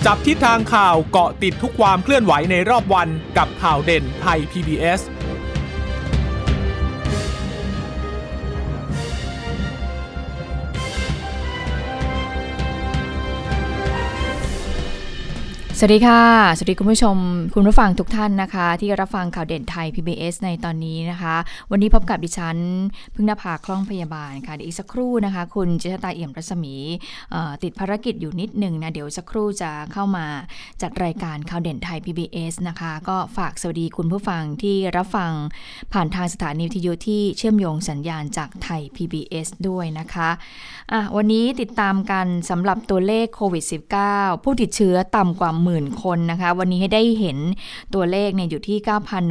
จับทิศทางข่าวเกาะติดทุกความเคลื่อนไหวในรอบวันกับข่าวเด่นไทย PBS สวัสดีค่ะสวัสดีคุณผู้ชมคุณผู้ฟังทุกท่านนะคะที่รับฟังข่าวเด่นไทย PBS ในตอนนี้นะคะวันนี้พบกับดิฉันพึ่งนภาคล่องพยาบาลค่ะเดี๋ยวอีกสักครู่นะคะคุณจิตตาเอี่ยมรัศมีติดภารกิจอยู่นิดนึงนะเดี๋ยวสักครู่จะเข้ามาจัดรายการข่าวเด่นไทย PBS นะคะก็ฝากสวัสดีคุณผู้ฟังที่รับฟังผ่านทางสถานีวิทยุที่เชื่อมโยงสัญญาณจากไทย PBS ด้วยนะคะวันนี้ติดตามกันสำหรับตัวเลขโควิด -19 ผู้ติดเชื้อต่ำกว่า10,000 คนนะคะวันนี้ให้ได้เห็นตัวเลขเนี่ยอยู่ที่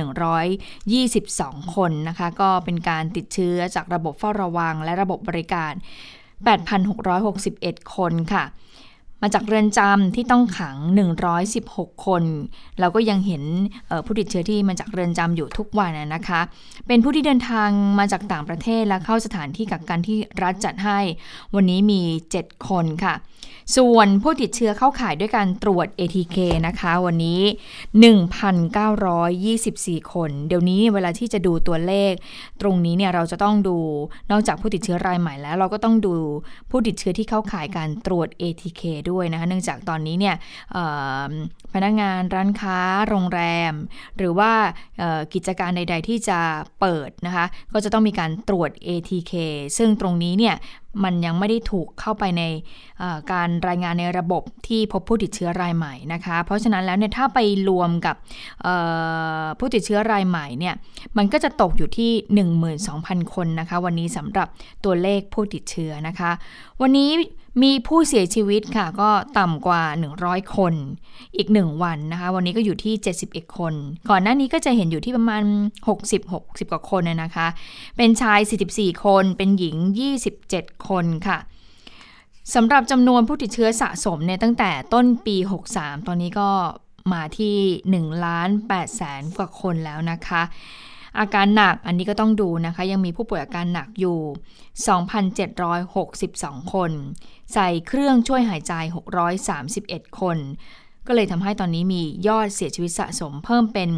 9,122 คนนะคะก็เป็นการติดเชื้อจากระบบเฝ้าระวังและระบบบริการ 8,661 คนค่ะมาจากเรือนจำที่ต้องขัง116 คนเราก็ยังเห็นผู้ติดเชื้อที่มาจากเรือนจำอยู่ทุกวันนะคะเป็นผู้ที่เดินทางมาจากต่างประเทศและเข้าสถานที่กักกันที่รัฐจัดให้วันนี้มี7คนค่ะส่วนผู้ติดเชื้อเข้าข่ายด้วยการตรวจ ATK นะคะวันนี้ 1,924 คนเดี๋ยวนี้เวลาที่จะดูตัวเลขตรงนี้เนี่ยเราจะต้องดูนอกจากผู้ติดเชื้อรายใหม่แล้วเราก็ต้องดูผู้ติดเชื้อที่เข้าข่ายการตรวจ ATK ด้วยนะคะเนื่องจากตอนนี้เนี่ยพนักงานร้านค้าโรงแรมหรือว่ากิจการใดๆที่จะเปิดนะคะก็จะต้องมีการตรวจ ATK ซึ่งตรงนี้เนี่ยมันยังไม่ได้ถูกเข้าไปในการรายงานในระบบที่พบผู้ติดเชื้อรายใหม่นะคะเพราะฉะนั้นแล้วเนี่ยถ้าไปรวมกับผู้ติดเชื้อรายใหม่เนี่ยมันก็จะตกอยู่ที่ 12,000 คนนะคะวันนี้สำหรับตัวเลขผู้ติดเชื้อนะคะวันนี้มีผู้เสียชีวิตค่ะก็ต่ำกว่า100คนอีก1วันนะคะวันนี้ก็อยู่ที่71คนก่อนหน้านี้ก็จะเห็นอยู่ที่ประมาณ60กว่าคนนะคะเป็นชาย44คนเป็นหญิง27คนค่ะสำหรับจำนวนผู้ติดเชื้อสะสมเนี่ยตั้งแต่ต้นปี63ตอนนี้ก็มาที่1,800,000 กว่าคนแล้วนะคะอาการหนักอันนี้ก็ต้องดูนะคะยังมีผู้ป่วยอาการหนักอยู่ 2,762 คนใส่เครื่องช่วยหายใจ631คนก็เลยทำให้ตอนนี้มียอดเสียชีวิตสะสมเพิ่มเป็น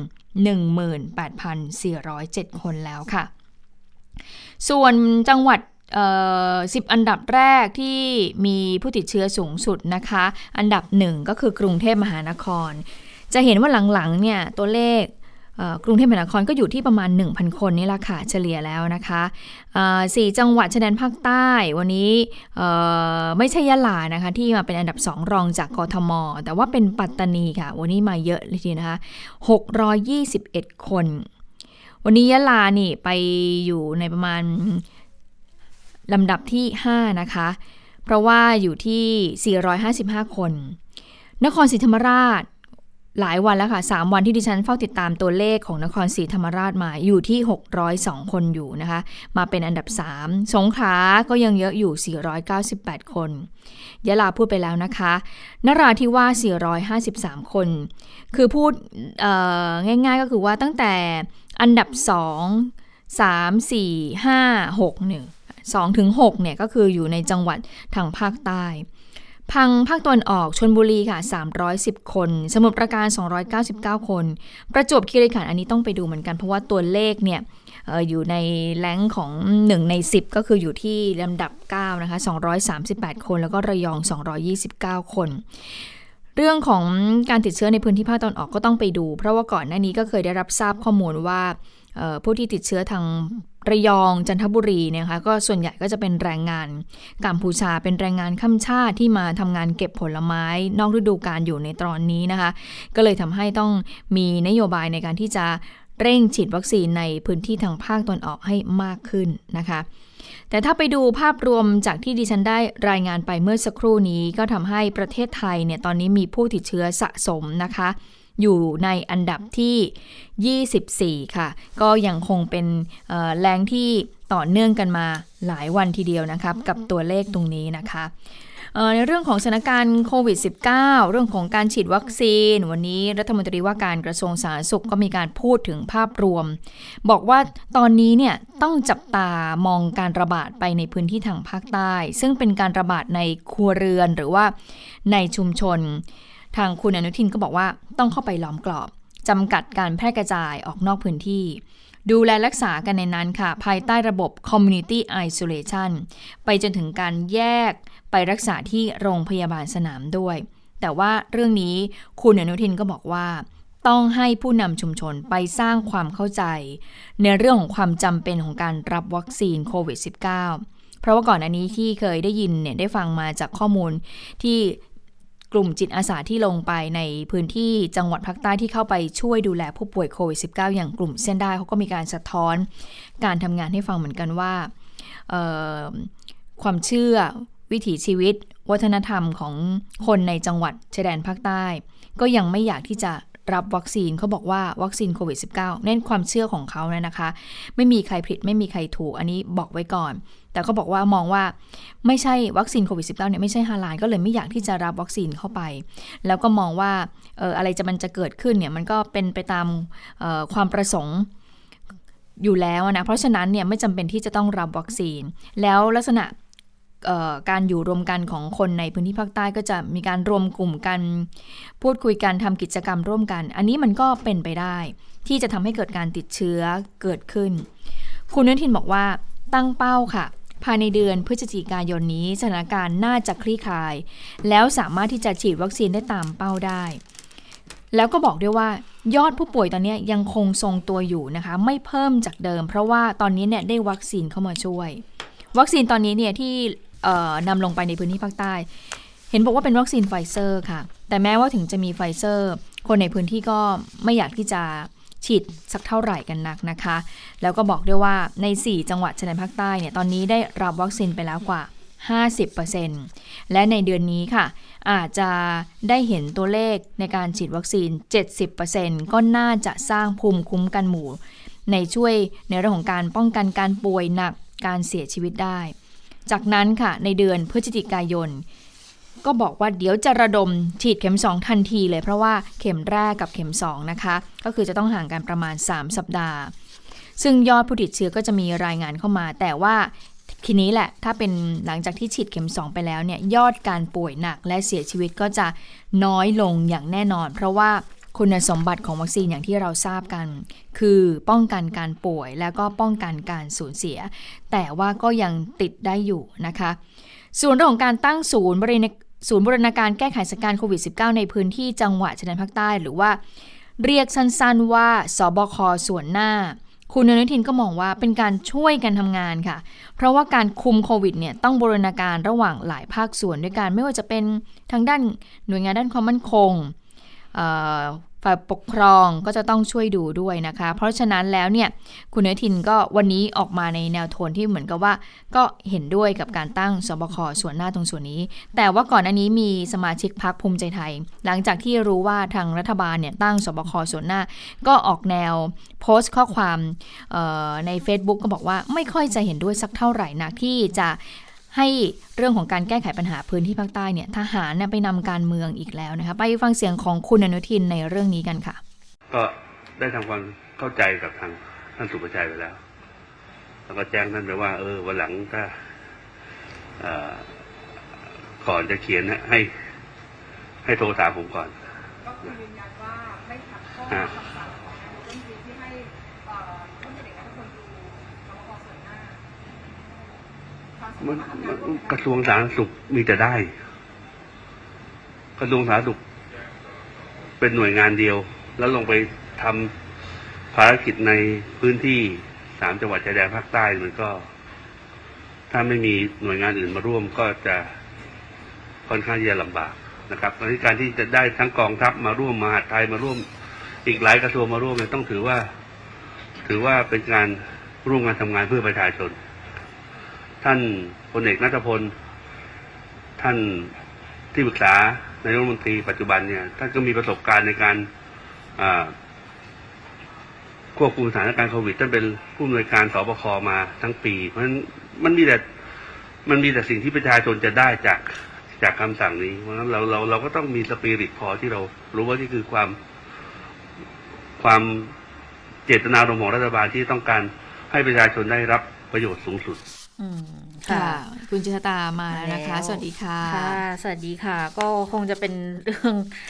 18,407 คนแล้วค่ะส่วนจังหวัด10 อันดับแรกที่มีผู้ติดเชื้อสูงสุดนะคะอันดับ1ก็คือกรุงเทพมหานครจะเห็นว่าหลังๆเนี่ยตัวเลขกรุงเทพมหานครก็อยู่ที่ประมาณ 1,000 คนนี่แหละค่ะเฉลี่ยแล้วนะคะ4 จังหวัดชายแดนภาคใต้วันนี้ไม่ใช่ยะลานะคะที่มาเป็นอันดับ2รองจากกทมแต่ว่าเป็นปัตตานีค่ะวันนี้มาเยอะเลยทีนะคะ621คนวันนี้ยะลานี่ไปอยู่ในประมาณลำดับที่5นะคะเพราะว่าอยู่ที่455คนนครศรีธรรมราชหลายวันแล้วค่ะ3วันที่ดิฉันเฝ้าติดตามตัวเลขของนครศรีธรรมราชมาอยู่ที่602คนอยู่นะคะมาเป็นอันดับ3สงขลาก็ยังเยอะอยู่498คนยะลาพูดไปแล้วนะคะนราธิวาส453คนคือพูดง่ายๆก็คือว่าตั้งแต่อันดับ2 3 4 5 6เนี่ย2ถึง6เนี่ยก็คืออยู่ในจังหวัดทางภาคใต้ภาคตะวันออกชลบุรีค่ะ310คนสมุทรปราการ299คนประจวบคีรีขันธ์อันนี้ต้องไปดูเหมือนกันเพราะว่าตัวเลขเนี่ยอยู่ในแรงของ1ใน10ก็คืออยู่ที่ลำดับ9นะคะ238คนแล้วก็ระยอง229คนเรื่องของการติดเชื้อในพื้นที่ภาคตะวันออกก็ต้องไปดูเพราะว่าก่อนหน้านี้ก็เคยได้รับทราบข้อมูลว่าผู้ที่ติดเชื้อทางระยองจันทบุรีเนี่ยค่ะก็ส่วนใหญ่ก็จะเป็นแรงงานกัมพูชาเป็นแรงงานข้ามชาติที่มาทำงานเก็บผลไม้นอกฤดูกาลอยู่ในตอนนี้นะคะก็เลยทำให้ต้องมีนโยบายในการที่จะเร่งฉีดวัคซีนในพื้นที่ทางภาคตะวันออกให้มากขึ้นนะคะแต่ถ้าไปดูภาพรวมจากที่ดิฉันได้รายงานไปเมื่อสักครู่นี้ก็ทำให้ประเทศไทยเนี่ยตอนนี้มีผู้ติดเชื้อสะสมนะคะอยู่ในอันดับที่24ค่ะก็ยังคงเป็นแรงที่ต่อเนื่องกันมาหลายวันทีเดียวนะครับกับตัวเลขตรงนี้นะคะในเรื่องของสถานการณ์โควิด -19 เรื่องของการฉีดวัคซีนวันนี้รัฐมนตรีว่าการกระทรวงสาธารณสุขก็มีการพูดถึงภาพรวมบอกว่าตอนนี้เนี่ยต้องจับตามองการระบาดไปในพื้นที่ทางภาคใต้ซึ่งเป็นการระบาดในครัวเรือนหรือว่าในชุมชนทางคุณอนุทินก็บอกว่าต้องเข้าไปล้อมกรอบจำกัดการแพร่กระจายออกนอกพื้นที่ดูแลรักษากันในนั้นค่ะภายใต้ระบบ Community Isolation ไปจนถึงการแยกไปรักษาที่โรงพยาบาลสนามด้วยแต่ว่าเรื่องนี้คุณอนุทินก็บอกว่าต้องให้ผู้นำชุมชนไปสร้างความเข้าใจในเรื่องของความจำเป็นของการรับวัคซีนโควิด -19 เพราะว่าก่อนอันนี้ที่เคยได้ยินเนี่ยได้ฟังมาจากข้อมูลที่กลุ่มจิตอาสาที่ลงไปในพื้นที่จังหวัดภาคใต้ที่เข้าไปช่วยดูแลผู้ป่วยโควิด -19 อย่างกลุ่มเส้นได้เขาก็มีการสะท้อนการทำงานให้ฟังเหมือนกันว่าความเชื่อวิถีชีวิตวัฒนธรรมของคนในจังหวัดชายแดนภาคใต้ก็ยังไม่อยากที่จะรับวัคซีนเขาบอกว่าวัคซีนโควิด -19 เน้นความเชื่อของเขานะคะไม่มีใครผิดไม่มีใครถูกอันนี้บอกไว้ก่อนแต่เขาบอกว่ามองว่าไม่ใช่วัคซีนโควิด -19 เนี่ยไม่ใช่ฮาลาลก็เลยไม่อยากที่จะรับวัคซีนเข้าไปแล้วก็มองว่าอะไรมันจะเกิดขึ้นเนี่ยมันก็เป็นไปตามความประสงค์อยู่แล้วนะเพราะฉะนั้นเนี่ยไม่จำเป็นที่จะต้องรับวัคซีนแล้วลักษณะการอยู่รวมกันของคนในพื้นที่ภาคใต้ก็จะมีการรวมกลุ่มกันพูดคุยกันทำกิจกรรมร่วมกันอันนี้มันก็เป็นไปได้ที่จะทำให้เกิดการติดเชื้อเกิดขึ้นคุณอนุทินบอกว่าตั้งเป้าค่ะภายในเดือนพฤศจิกายนนี้สถานการณ์น่าจะคลี่คลายแล้วสามารถที่จะฉีดวัคซีนได้ตามเป้าได้แล้วก็บอกด้วยว่ายอดผู้ป่วยตอนนี้ยังคงทรงตัวอยู่นะคะไม่เพิ่มจากเดิมเพราะว่าตอนนี้เนี่ยได้วัคซีนเข้ามาช่วยวัคซีนตอนนี้เนี่ยที่นำลงไปในพื้นที่ภาคใต้เห็นบอกว่าเป็นวัคซีนไฟเซอร์ค่ะแต่แม้ว่าถึงจะมีไฟเซอร์คนในพื้นที่ก็ไม่อยากที่จะฉีดสักเท่าไหร่กันนักนะคะแล้วก็บอกด้วยว่าใน4จังหวัดชายแดนภาคใต้เนี่ยตอนนี้ได้รับวัคซีนไปแล้วกว่า 50% และในเดือนนี้ค่ะอาจจะได้เห็นตัวเลขในการฉีดวัคซีน 70% ก็น่าจะสร้างภูมิคุ้มกันหมู่ในช่วยในเรื่องของการป้องกันการป่วยหนักการเสียชีวิตได้จากนั้นค่ะในเดือนพฤศจิกายนก็บอกว่าเดี๋ยวจะระดมฉีดเข็ม2ทันทีเลยเพราะว่าเข็มแรกกับเข็ม2นะคะก็คือจะต้องห่างกันประมาณ3สัปดาห์ซึ่งยอดผู้ติดเชื้อก็จะมีรายงานเข้ามาแต่ว่าทีนี้แหละถ้าเป็นหลังจากที่ฉีดเข็ม2ไปแล้วเนี่ยยอดการป่วยหนักและเสียชีวิตก็จะน้อยลงอย่างแน่นอนเพราะว่าคุณสมบัติของวัคซีนอย่างที่เราทราบกันคือป้องกันการป่วยแล้วก็ป้องกันการสูญเสียแต่ว่าก็ยังติดได้อยู่นะคะส่วนเรื่องของการตั้งศูนย์บริณาการแก้ไขสถานการณ์โควิด -19 ในพื้นที่จังหวัดชายแดนภาคใต้หรือว่าเรียกสั้นๆว่าสบคส่วนหน้าคุณอนุทินก็มองว่าเป็นการช่วยกันทำงานค่ะเพราะว่าการคุมโควิดเนี่ยต้องบูรณาการระหว่างหลายภาคส่วนด้วยกันไม่ว่าจะเป็นทางด้านหน่วยงานด้านความมั่นคงฝ่ายปกครองก็จะต้องช่วยดูด้วยนะคะเพราะฉะนั้นแล้วเนี่ยคุณอนุทินก็วันนี้ออกมาในแนวโทนที่เหมือนกับว่าก็เห็นด้วยกับการตั้งสบคส่วนหน้าตรงส่วนนี้แต่ว่าก่อนอันนี้มีสมาชิกพรรคภูมิใจไทยหลังจากที่รู้ว่าทางรัฐบาลเนี่ยตั้งสบคส่วนหน้าก็ออกแนวโพสต์ข้อความใน Facebook ก็บอกว่าไม่ค่อยจะเห็นด้วยสักเท่าไหร่นักที่จะให้เรื่องของการแก้ไขปัญหาพื้นที่ภาคใต้เนี่ยทหารไปนำการเมืองอีกแล้วนะคะไปฟังเสียงของคุณอนุทินในเรื่องนี้กันค่ะก็ได้ทำความเข้าใจกับทางท่านสุประชัยไปแล้วแล้วก็แจ้งท่านไปว่าวันหลังถ้าก่อนจะเขียนให้โทรถามผมก่อนก็คือยืนยันว่าไม่ขัดข้อคำสั่งของนายกรัฐมนตรีที่ให้ท่านเด็กและทุกคนดูสบคส่วนหน้ามันกระทรวงสาธารณสุขมีแต่ได้กระทรวงสาธารณสุขเป็นหน่วยงานเดียวแล้วลงไปทำภารกิจในพื้นที่3จังหวัดชายแดนภาคใต้มันก็ถ้าไม่มีหน่วยงานอื่นมาร่วมก็จะค่อนข้างจะลำบากนะครับในการที่จะได้ทั้งกองทัพมาร่วมมหาดไทยมาร่วมอีกหลายกระทรวงมาร่วมเนี่ยต้องถือว่าเป็นการร่วมกันทำงานเพื่อประชาชนท่านพลเอกณัฐพลท่านที่ปรึกษานายกรัฐมนตรีปัจจุบันเนี่ยท่านก็มีประสบการณ์ในการควบคุมสถานการณ์โควิดท่านเป็นผู้อำนวยการสบคมาทั้งปีเพราะฉะนั้นมันมีแต่สิ่งที่ประชาชนจะได้จากคำสั่งนี้เพราะฉะนั้นเราก็ต้องมีสปิริตพอที่เรารู้ว่านี่คือความเจตนารมณ์ของรัฐบาลที่ต้องการให้ประชาชนได้รับประโยชน์สูงสุดค่ะคุณจิตตามาแล้วนะคะสวัสดีค่ะค่ะสวัสดีค่ะก็คงจะเป็นเรื่อง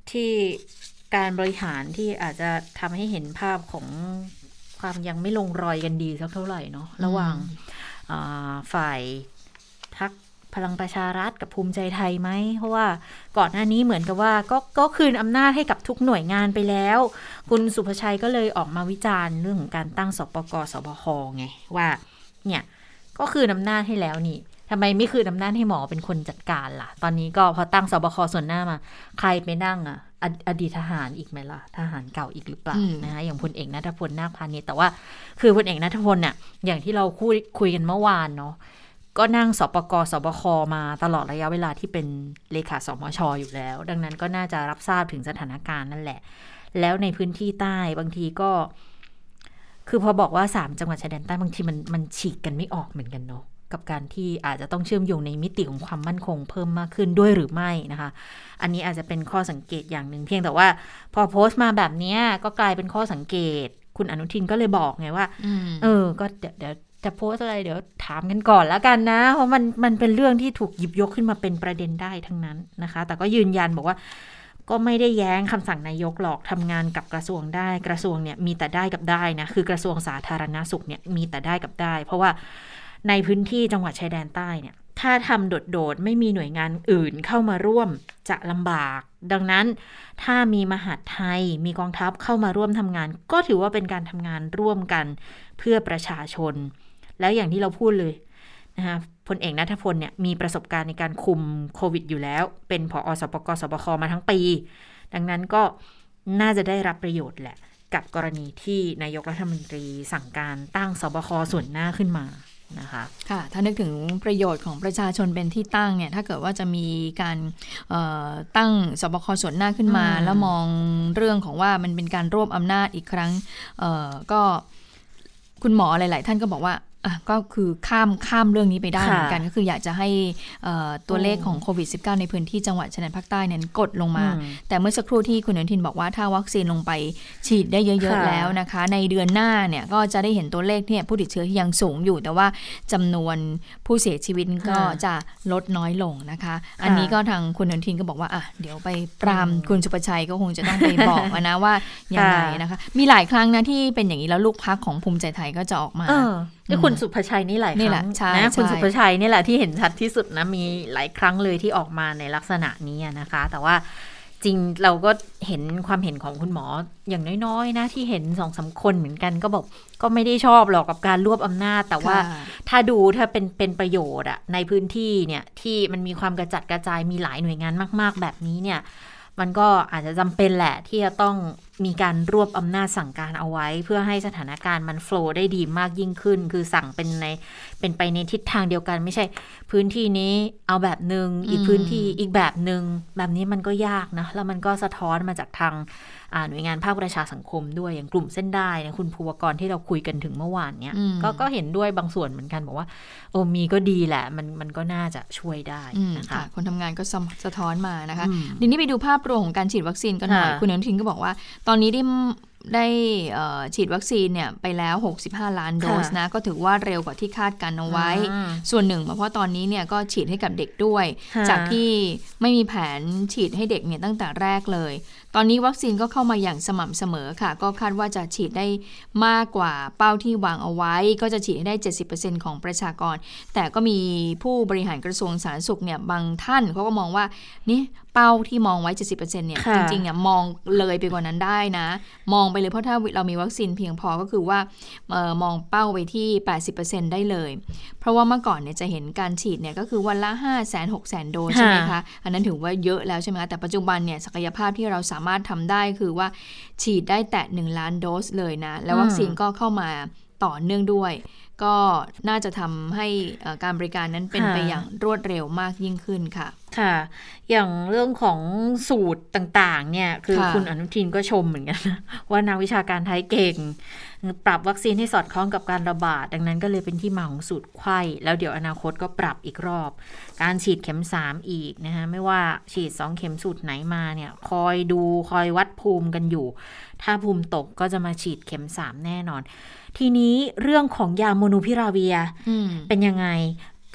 ที่การบริหารที่อาจจะทำให้เห็นภาพของความยังไม่ลงรอยกันดีสักเท่าไหร่เนาะระหว่างฝ่ายพรรคพลังประชารัฐกับภูมิใจไทยไหมเพราะว่าก่อนหน้านี้เหมือนกับว่าก็คืนอำนาจให้กับทุกหน่วยงานไปแล้วคุณสุภชัยก็เลยออกมาวิจารณ์เรื่องของการตั้งสปก.สบค.ไงว่าเนี่ยก็คืนอำนาจให้แล้วนี่ทำไมไม่คืนอำนาจให้หมอเป็นคนจัดการล่ะตอนนี้ก็พอตั้งสบค.ส่วนหน้ามาใครไปนั่งอดีตทหารอีกไหมล่ะทหารเก่าอีกหรือเปล่านะคะอย่างพลเอกณัฐพลนาคพานิชแต่ว่าคือพลเอกณัฐพลเนี่ยอย่างที่เราคุยกันเมื่อวานเนาะก็นั่งสปก.สบค.มาตลอดระยะเวลาที่เป็นเลขาสมช.อยู่แล้วดังนั้นก็น่าจะรับทราบถึงสถานการณ์นั่นแหละแล้วในพื้นที่ใต้บางทีก็คือพอบอกว่า3จังหวัดชายแดนใต้บางทีมันฉีกกันไม่ออกเหมือนกันเนาะกับการที่อาจจะต้องเชื่อมโยงในมิติของความมั่นคงเพิ่มมากขึ้นด้วยหรือไม่นะคะอันนี้อาจจะเป็นข้อสังเกตอย่างหนึ่งเพียงแต่ว่าพอโพสต์มาแบบนี้ก็กลายเป็นข้อสังเกตคุณอนุทินก็เลยบอกไงว่าก็เดี๋ยวจะโพสต์อะไรเดี๋ยวถามกันก่อนแล้วกันนะเพราะมันเป็นเรื่องที่ถูกหยิบยกขึ้นมาเป็นประเด็นได้ทั้งนั้นนะคะแต่ก็ยืนยันบอกว่าก็ไม่ได้แย้งคำสั่งนายกหรอกทำงานกับกระทรวงได้กระทรวงเนี่ยมีแต่ได้กับได้นะคือกระทรวงสาธารณสุขเนี่ยมีแต่ได้กับได้เพราะว่าในพื้นที่จังหวัดชายแดนใต้เนี่ยถ้าทำโดดๆไม่มีหน่วยงานอื่นเข้ามาร่วมจะลำบากดังนั้นถ้ามีมหาดไทยมีกองทัพเข้ามาร่วมทำงานก็ถือว่าเป็นการทำงานร่วมกันเพื่อประชาชนแล้วอย่างที่เราพูดเลยนะคะพลเอกณัฐพลเนี่ยมีประสบการณ์ในการคุมโควิดอยู่แล้วเป็นผอ.สปก.สบค.มาทั้งปีดังนั้นก็น่าจะได้รับประโยชน์แหละกับกรณีที่นายกรัฐมนตรีสั่งการตั้งสบค.ส่วนหน้าขึ้นมานะคะค่ะถ้านึกถึงประโยชน์ของประชาชนเป็นที่ตั้งเนี่ยถ้าเกิดว่าจะมีการตั้งสบค.ส่วนหน้าขึ้นมาแล้วมองเรื่องของว่ามันเป็นการรวบอำนาจอีกครั้งก็คุณหมอหลายๆท่านก็บอกว่าก็คือข้ามเรื่องนี้ไปได้เหมือนกันก็คืออยากจะให้ตัวเลขของโควิด -19 ในพื้นที่จังหวัดชายแดนภาคใต้นั้นกดลงมาแต่เมื่อสักครู่ที่คุณอนุทินบอกว่าถ้าวัคซีนลงไปฉีดได้เยอะๆแล้วนะคะในเดือนหน้าเนี่ยก็จะได้เห็นตัวเลขเนี่ยผู้ติดเชื้อที่ยังสูงอยู่แต่ว่าจำนวนผู้เสียชีวิตก็จะลดน้อยลงนะคะอันนี้ก็ทางคุณอนุทินก็บอกว่าเดี๋ยวไปปรามคุณสุภชัยก็คงจะต้องไปบอกนะว่ายังไงนะคะมีหลายครั้งนะที่เป็นอย่างนี้แล้วลูกพรรคของภูมิใจไทยก็จะออกมาคุณสุภชัยนี่หลายครั้งนะคุณสุภชัยนี่แหละที่เห็นชัดที่สุดนะมีหลายครั้งเลยที่ออกมาในลักษณะนี้นะคะแต่ว่าจริงเราก็เห็นความเห็นของคุณหมออย่างน้อยๆนะที่เห็น 2-3 คนเหมือนกันก็บอกก็ไม่ได้ชอบหรอกกับการรวบอำนาจแต่ว่าถ้าเป็นประโยชน์ในพื้นที่เนี่ยที่มันมีความกระจัดกระจายมีหลายหน่วยงานมากๆแบบนี้เนี่ยมันก็อาจจะจำเป็นแหละที่จะต้องมีการรวบอำนาจสั่งการเอาไว้เพื่อให้สถานการณ์มันโฟลว์ได้ดีมากยิ่งขึ้นคือสั่งเป็นไปในทิศทางเดียวกันไม่ใช่พื้นที่นี้เอาแบบนึงอีกพื้นที่อีกแบบนึงแบบนี้มันก็ยากนะแล้วมันก็สะท้อนมาจากทางหน่วยงานภาคประชาสังคมด้วยอย่างกลุ่มเส้นได้นะคุณภูวกรที่เราคุยกันถึงเมื่อวานเนี้ยก็เห็นด้วยบางส่วนเหมือนกันบอกว่ามีก็ดีแหละมันก็น่าจะช่วยได้นะคะคนทำงานก็สะท้อนมานะคะทีนี้ไปดูภาพรวมของการฉีดวัคซีนกันหน่อยคุณอนุทินก็บอกว่าตอนนี้ได้ฉีดวัคซีนเนี่ยไปแล้ว65ล้านโดสนะก็ถือว่าเร็วกว่าที่คาดการเอาไว้ส่วนหนึ่งเพราะตอนนี้เนี่ยก็ฉีดให้กับเด็กด้วยจากที่ไม่มีแผนฉีดให้เด็กเนี่ยตั้งแต่แรกเลยตอนนี้วัคซีนก็เข้ามาอย่างสม่ำเสมอค่ะก็คาดว่าจะฉีดได้มากกว่าเป้าที่วางเอาไว้ก็จะฉีดให้ได้ 70% ของประชากรแต่ก็มีผู้บริหารกระทรวงสาธารณสุขเนี่ยบางท่านเขาก็มองว่านี่เป้าที่มองไว้ 70% เนี่ยจริงๆเนี่ยมองเลยไปกว่านั้นได้นะมองไปเลยเพราะถ้าเรามีวัคซีนเพียงพอก็คือว่ามองเป้าไปที่ 80% ได้เลยเพราะว่าเมื่อก่อนเนี่ยจะเห็นการฉีดเนี่ยก็คือวันละ 500,000-600,000 โดสใช่ไหมคะอันนั้นถือว่าเยอะแล้วใช่ไหมคะแต่ปัจจุบันเนี่ยศักยภาพที่เราสามารถทำได้คือว่าฉีดได้แต่1ล้านโดสเลยนะแล้ววัคซีนก็เข้ามาต่อเนื่องด้วยก็น่าจะทำให้การบริการนั้นเป็นไปอย่างรวดเร็วมากยิ่งขึ้นค่ะค่ะอย่างเรื่องของสูตรต่างๆเนี่ยคือคุณอนุทินก็ชมเหมือนกันนะว่านักวิชาการไทยเก่งปรับวัคซีนให้สอดคล้องกับการระบาดดังนั้นก็เลยเป็นที่มาของสูตรไข้แล้วเดี๋ยวอนาคตก็ปรับอีกรอบการฉีดเข็ม3อีกนะคะไม่ว่าฉีด2เข็มสูตรไหนมาเนี่ยคอยวัดภูมิกันอยู่ถ้าภูมิตกก็จะมาฉีดเข็ม3แน่นอนทีนี้เรื่องของยาโมนูพิราเวียเป็นยังไงก็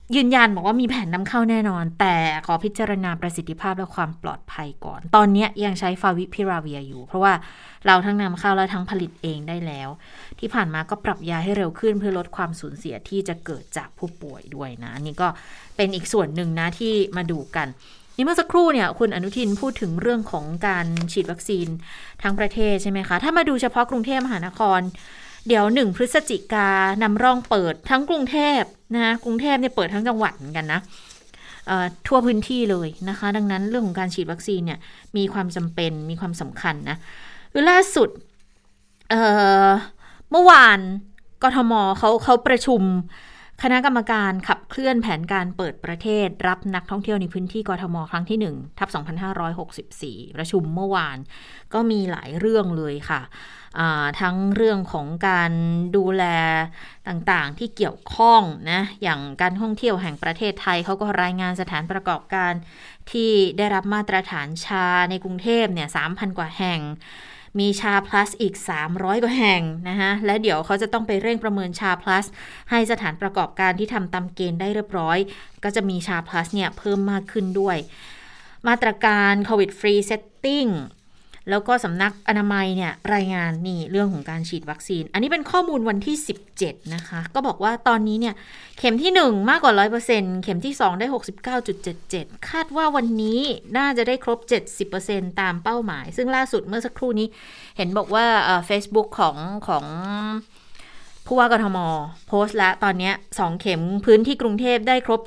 ยืนยันบอกว่ามีแผนนำเข้าแน่นอนแต่ขอพิจารณาประสิทธิภาพและความปลอดภัยก่อนตอนนี้ยังใช้ฟาวิพิราเวียอยู่เพราะว่าเราทั้งนำเข้าและทั้งผลิตเองได้แล้วที่ผ่านมาก็ปรับยาให้เร็วขึ้นเพื่อลดความสูญเสียที่จะเกิดจากผู้ป่วยด้วยนะนี่ก็เป็นอีกส่วนหนึ่งนะที่มาดูกันนี่เมื่อสักครู่เนี่ยคุณอนุทินพูดถึงเรื่องของการฉีดวัคซีนทั้งประเทศใช่ไหมคะถ้ามาดูเฉพาะกรุงเทพมหานครเดี๋ยว1 พฤศจิกานำร่องเปิดทั้งกรุงเทพนะกรุงเทพเนี่ยเปิดทั้งจังหวัดเหมือนกันนะทั่วพื้นที่เลยนะคะดังนั้นเรื่องของการฉีดวัคซีนเนี่ยมีความจำเป็นมีความสำคัญนะคือล่าสุดเมื่อวานกทมเขาประชุมคณะกรรมการขับเคลื่อนแผนการเปิดประเทศรับนักท่องเที่ยวในพื้นที่กทมครั้งที่1/2564ประชุมเมื่อวานก็มีหลายเรื่องเลยค่ะทั้งเรื่องของการดูแลต่างๆที่เกี่ยวข้องนะอย่างการท่องเที่ยวแห่งประเทศไทยเขาก็รายงานสถานประกอบการที่ได้รับมาตรฐานชาในกรุงเทพเนี่ย 3,000 กว่าแห่งมีชา plus อีก300 กว่าแห่งนะคะและเดี๋ยวเขาจะต้องไปเร่งประเมินชา plus ให้สถานประกอบการที่ทำตามเกณฑ์ได้เรียบร้อยก็จะมีชา plus เนี่ยเพิ่มมากขึ้นด้วยมาตรการ COVID free setting แล้วก็สำนักอนามัยเนี่ยรายงานนี่เรื่องของการฉีดวัคซีนอันนี้เป็นข้อมูลวันที่17นะคะก็บอกว่าตอนนี้เนี่ยเข็มที่1มากกว่า 100% เข็มที่2ได้ 69.77 คาดว่าวันนี้น่าจะได้ครบ 70% ตามเป้าหมายซึ่งล่าสุดเมื่อสักครู่นี้เห็นบอกว่าFacebook ของผู้ว่ากทมโพสต์แล้วตอนนี้2เข็มพื้นที่กรุงเทพได้ครบ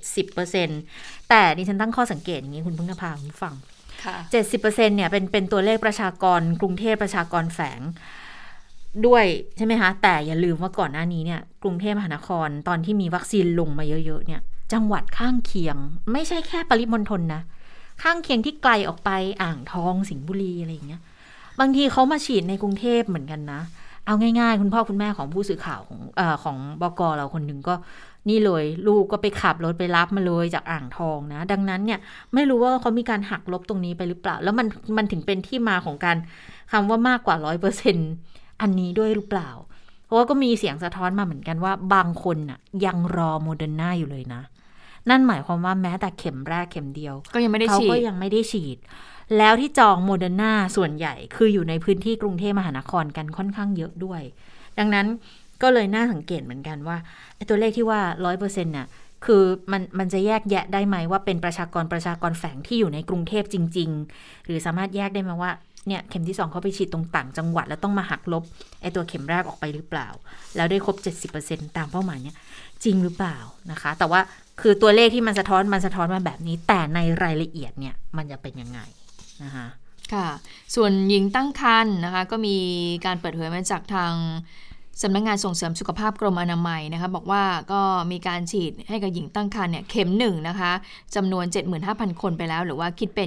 70% แต่ดิฉันตั้งข้อสังเกตอย่างนี้คุณพึ่งนภาคุณฟัง70% เนี่ยเป็นตัวเลขประชากรกรุงเทพประชากรแฝงด้วยใช่ไหมคะแต่อย่าลืมว่าก่อนหน้านี้เนี่ยกรุงเทพมหานครตอนที่มีวัคซีนลงมาเยอะๆเนี่ยจังหวัดข้างเคียงไม่ใช่แค่ปริมณฑลนะข้างเคียงที่ไกลออกไปอ่างทองสิงห์บุรีอะไรอย่างเงี้ยบางทีเขามาฉีดในกรุงเทพเหมือนกันนะเอาง่ายๆคุณพ่อคุณแม่ของผู้สื่อข่าวของบก.เราคนหนึ่งก็นี่เลยลูกก็ไปขับรถไปรับมาเลยจากอ่างทองนะดังนั้นเนี่ยไม่รู้ว่าเขามีการหักลบตรงนี้ไปหรือเปล่าแล้วมันถึงเป็นที่มาของการคำว่ามากกว่า 100% อันนี้ด้วยหรือเปล่าเพราะว่าก็มีเสียงสะท้อนมาเหมือนกันว่าบางคนน่ะยังรอโมเดอร์นาอยู่เลยนะนั่นหมายความว่าแม้แต่เข็มแรกเข็มเดียวก็ยังไม่ได้ฉีดเขาก็ยังไม่ได้ฉีดแล้วที่จองโมเดอร์นาส่วนใหญ่คืออยู่ในพื้นที่กรุงเทพมหานครกันค่อนข้างเยอะด้วยดังนั้นก็เลยน่าสังเกตเหมือนกันว่าตัวเลขที่ว่า 100% น่ะคือมันจะแยกแยะได้ไหมว่าเป็นประชากรแฝงที่อยู่ในกรุงเทพจริงๆหรือสามารถแยกได้ไหมว่าเนี่ยเข็มที่2เขาไปฉีดตรงต่างจังหวัดแล้วต้องมาหักลบไอ้ตัวเข็มแรกออกไปหรือเปล่าแล้วได้ครบ 70% ตามเป้าหมายเนี่ยจริงหรือเปล่านะคะแต่ว่าคือตัวเลขที่มันสะท้อนมาแบบนี้แต่ในรายละเอียดเนี่ยมันจะเป็นยังไงนะคะค่ะส่วนหญิงตั้งครรภ์นะคะก็มีการเปิดเผยมาจากทางสำนักงานส่งเสริมสุขภาพกรมอนามัยนะคะบอกว่าก็มีการฉีดให้กับหญิงตั้งครรภ์เนี่ยเข็ม1นะคะจำนวน 75,000 คนไปแล้วหรือว่าคิดเป็น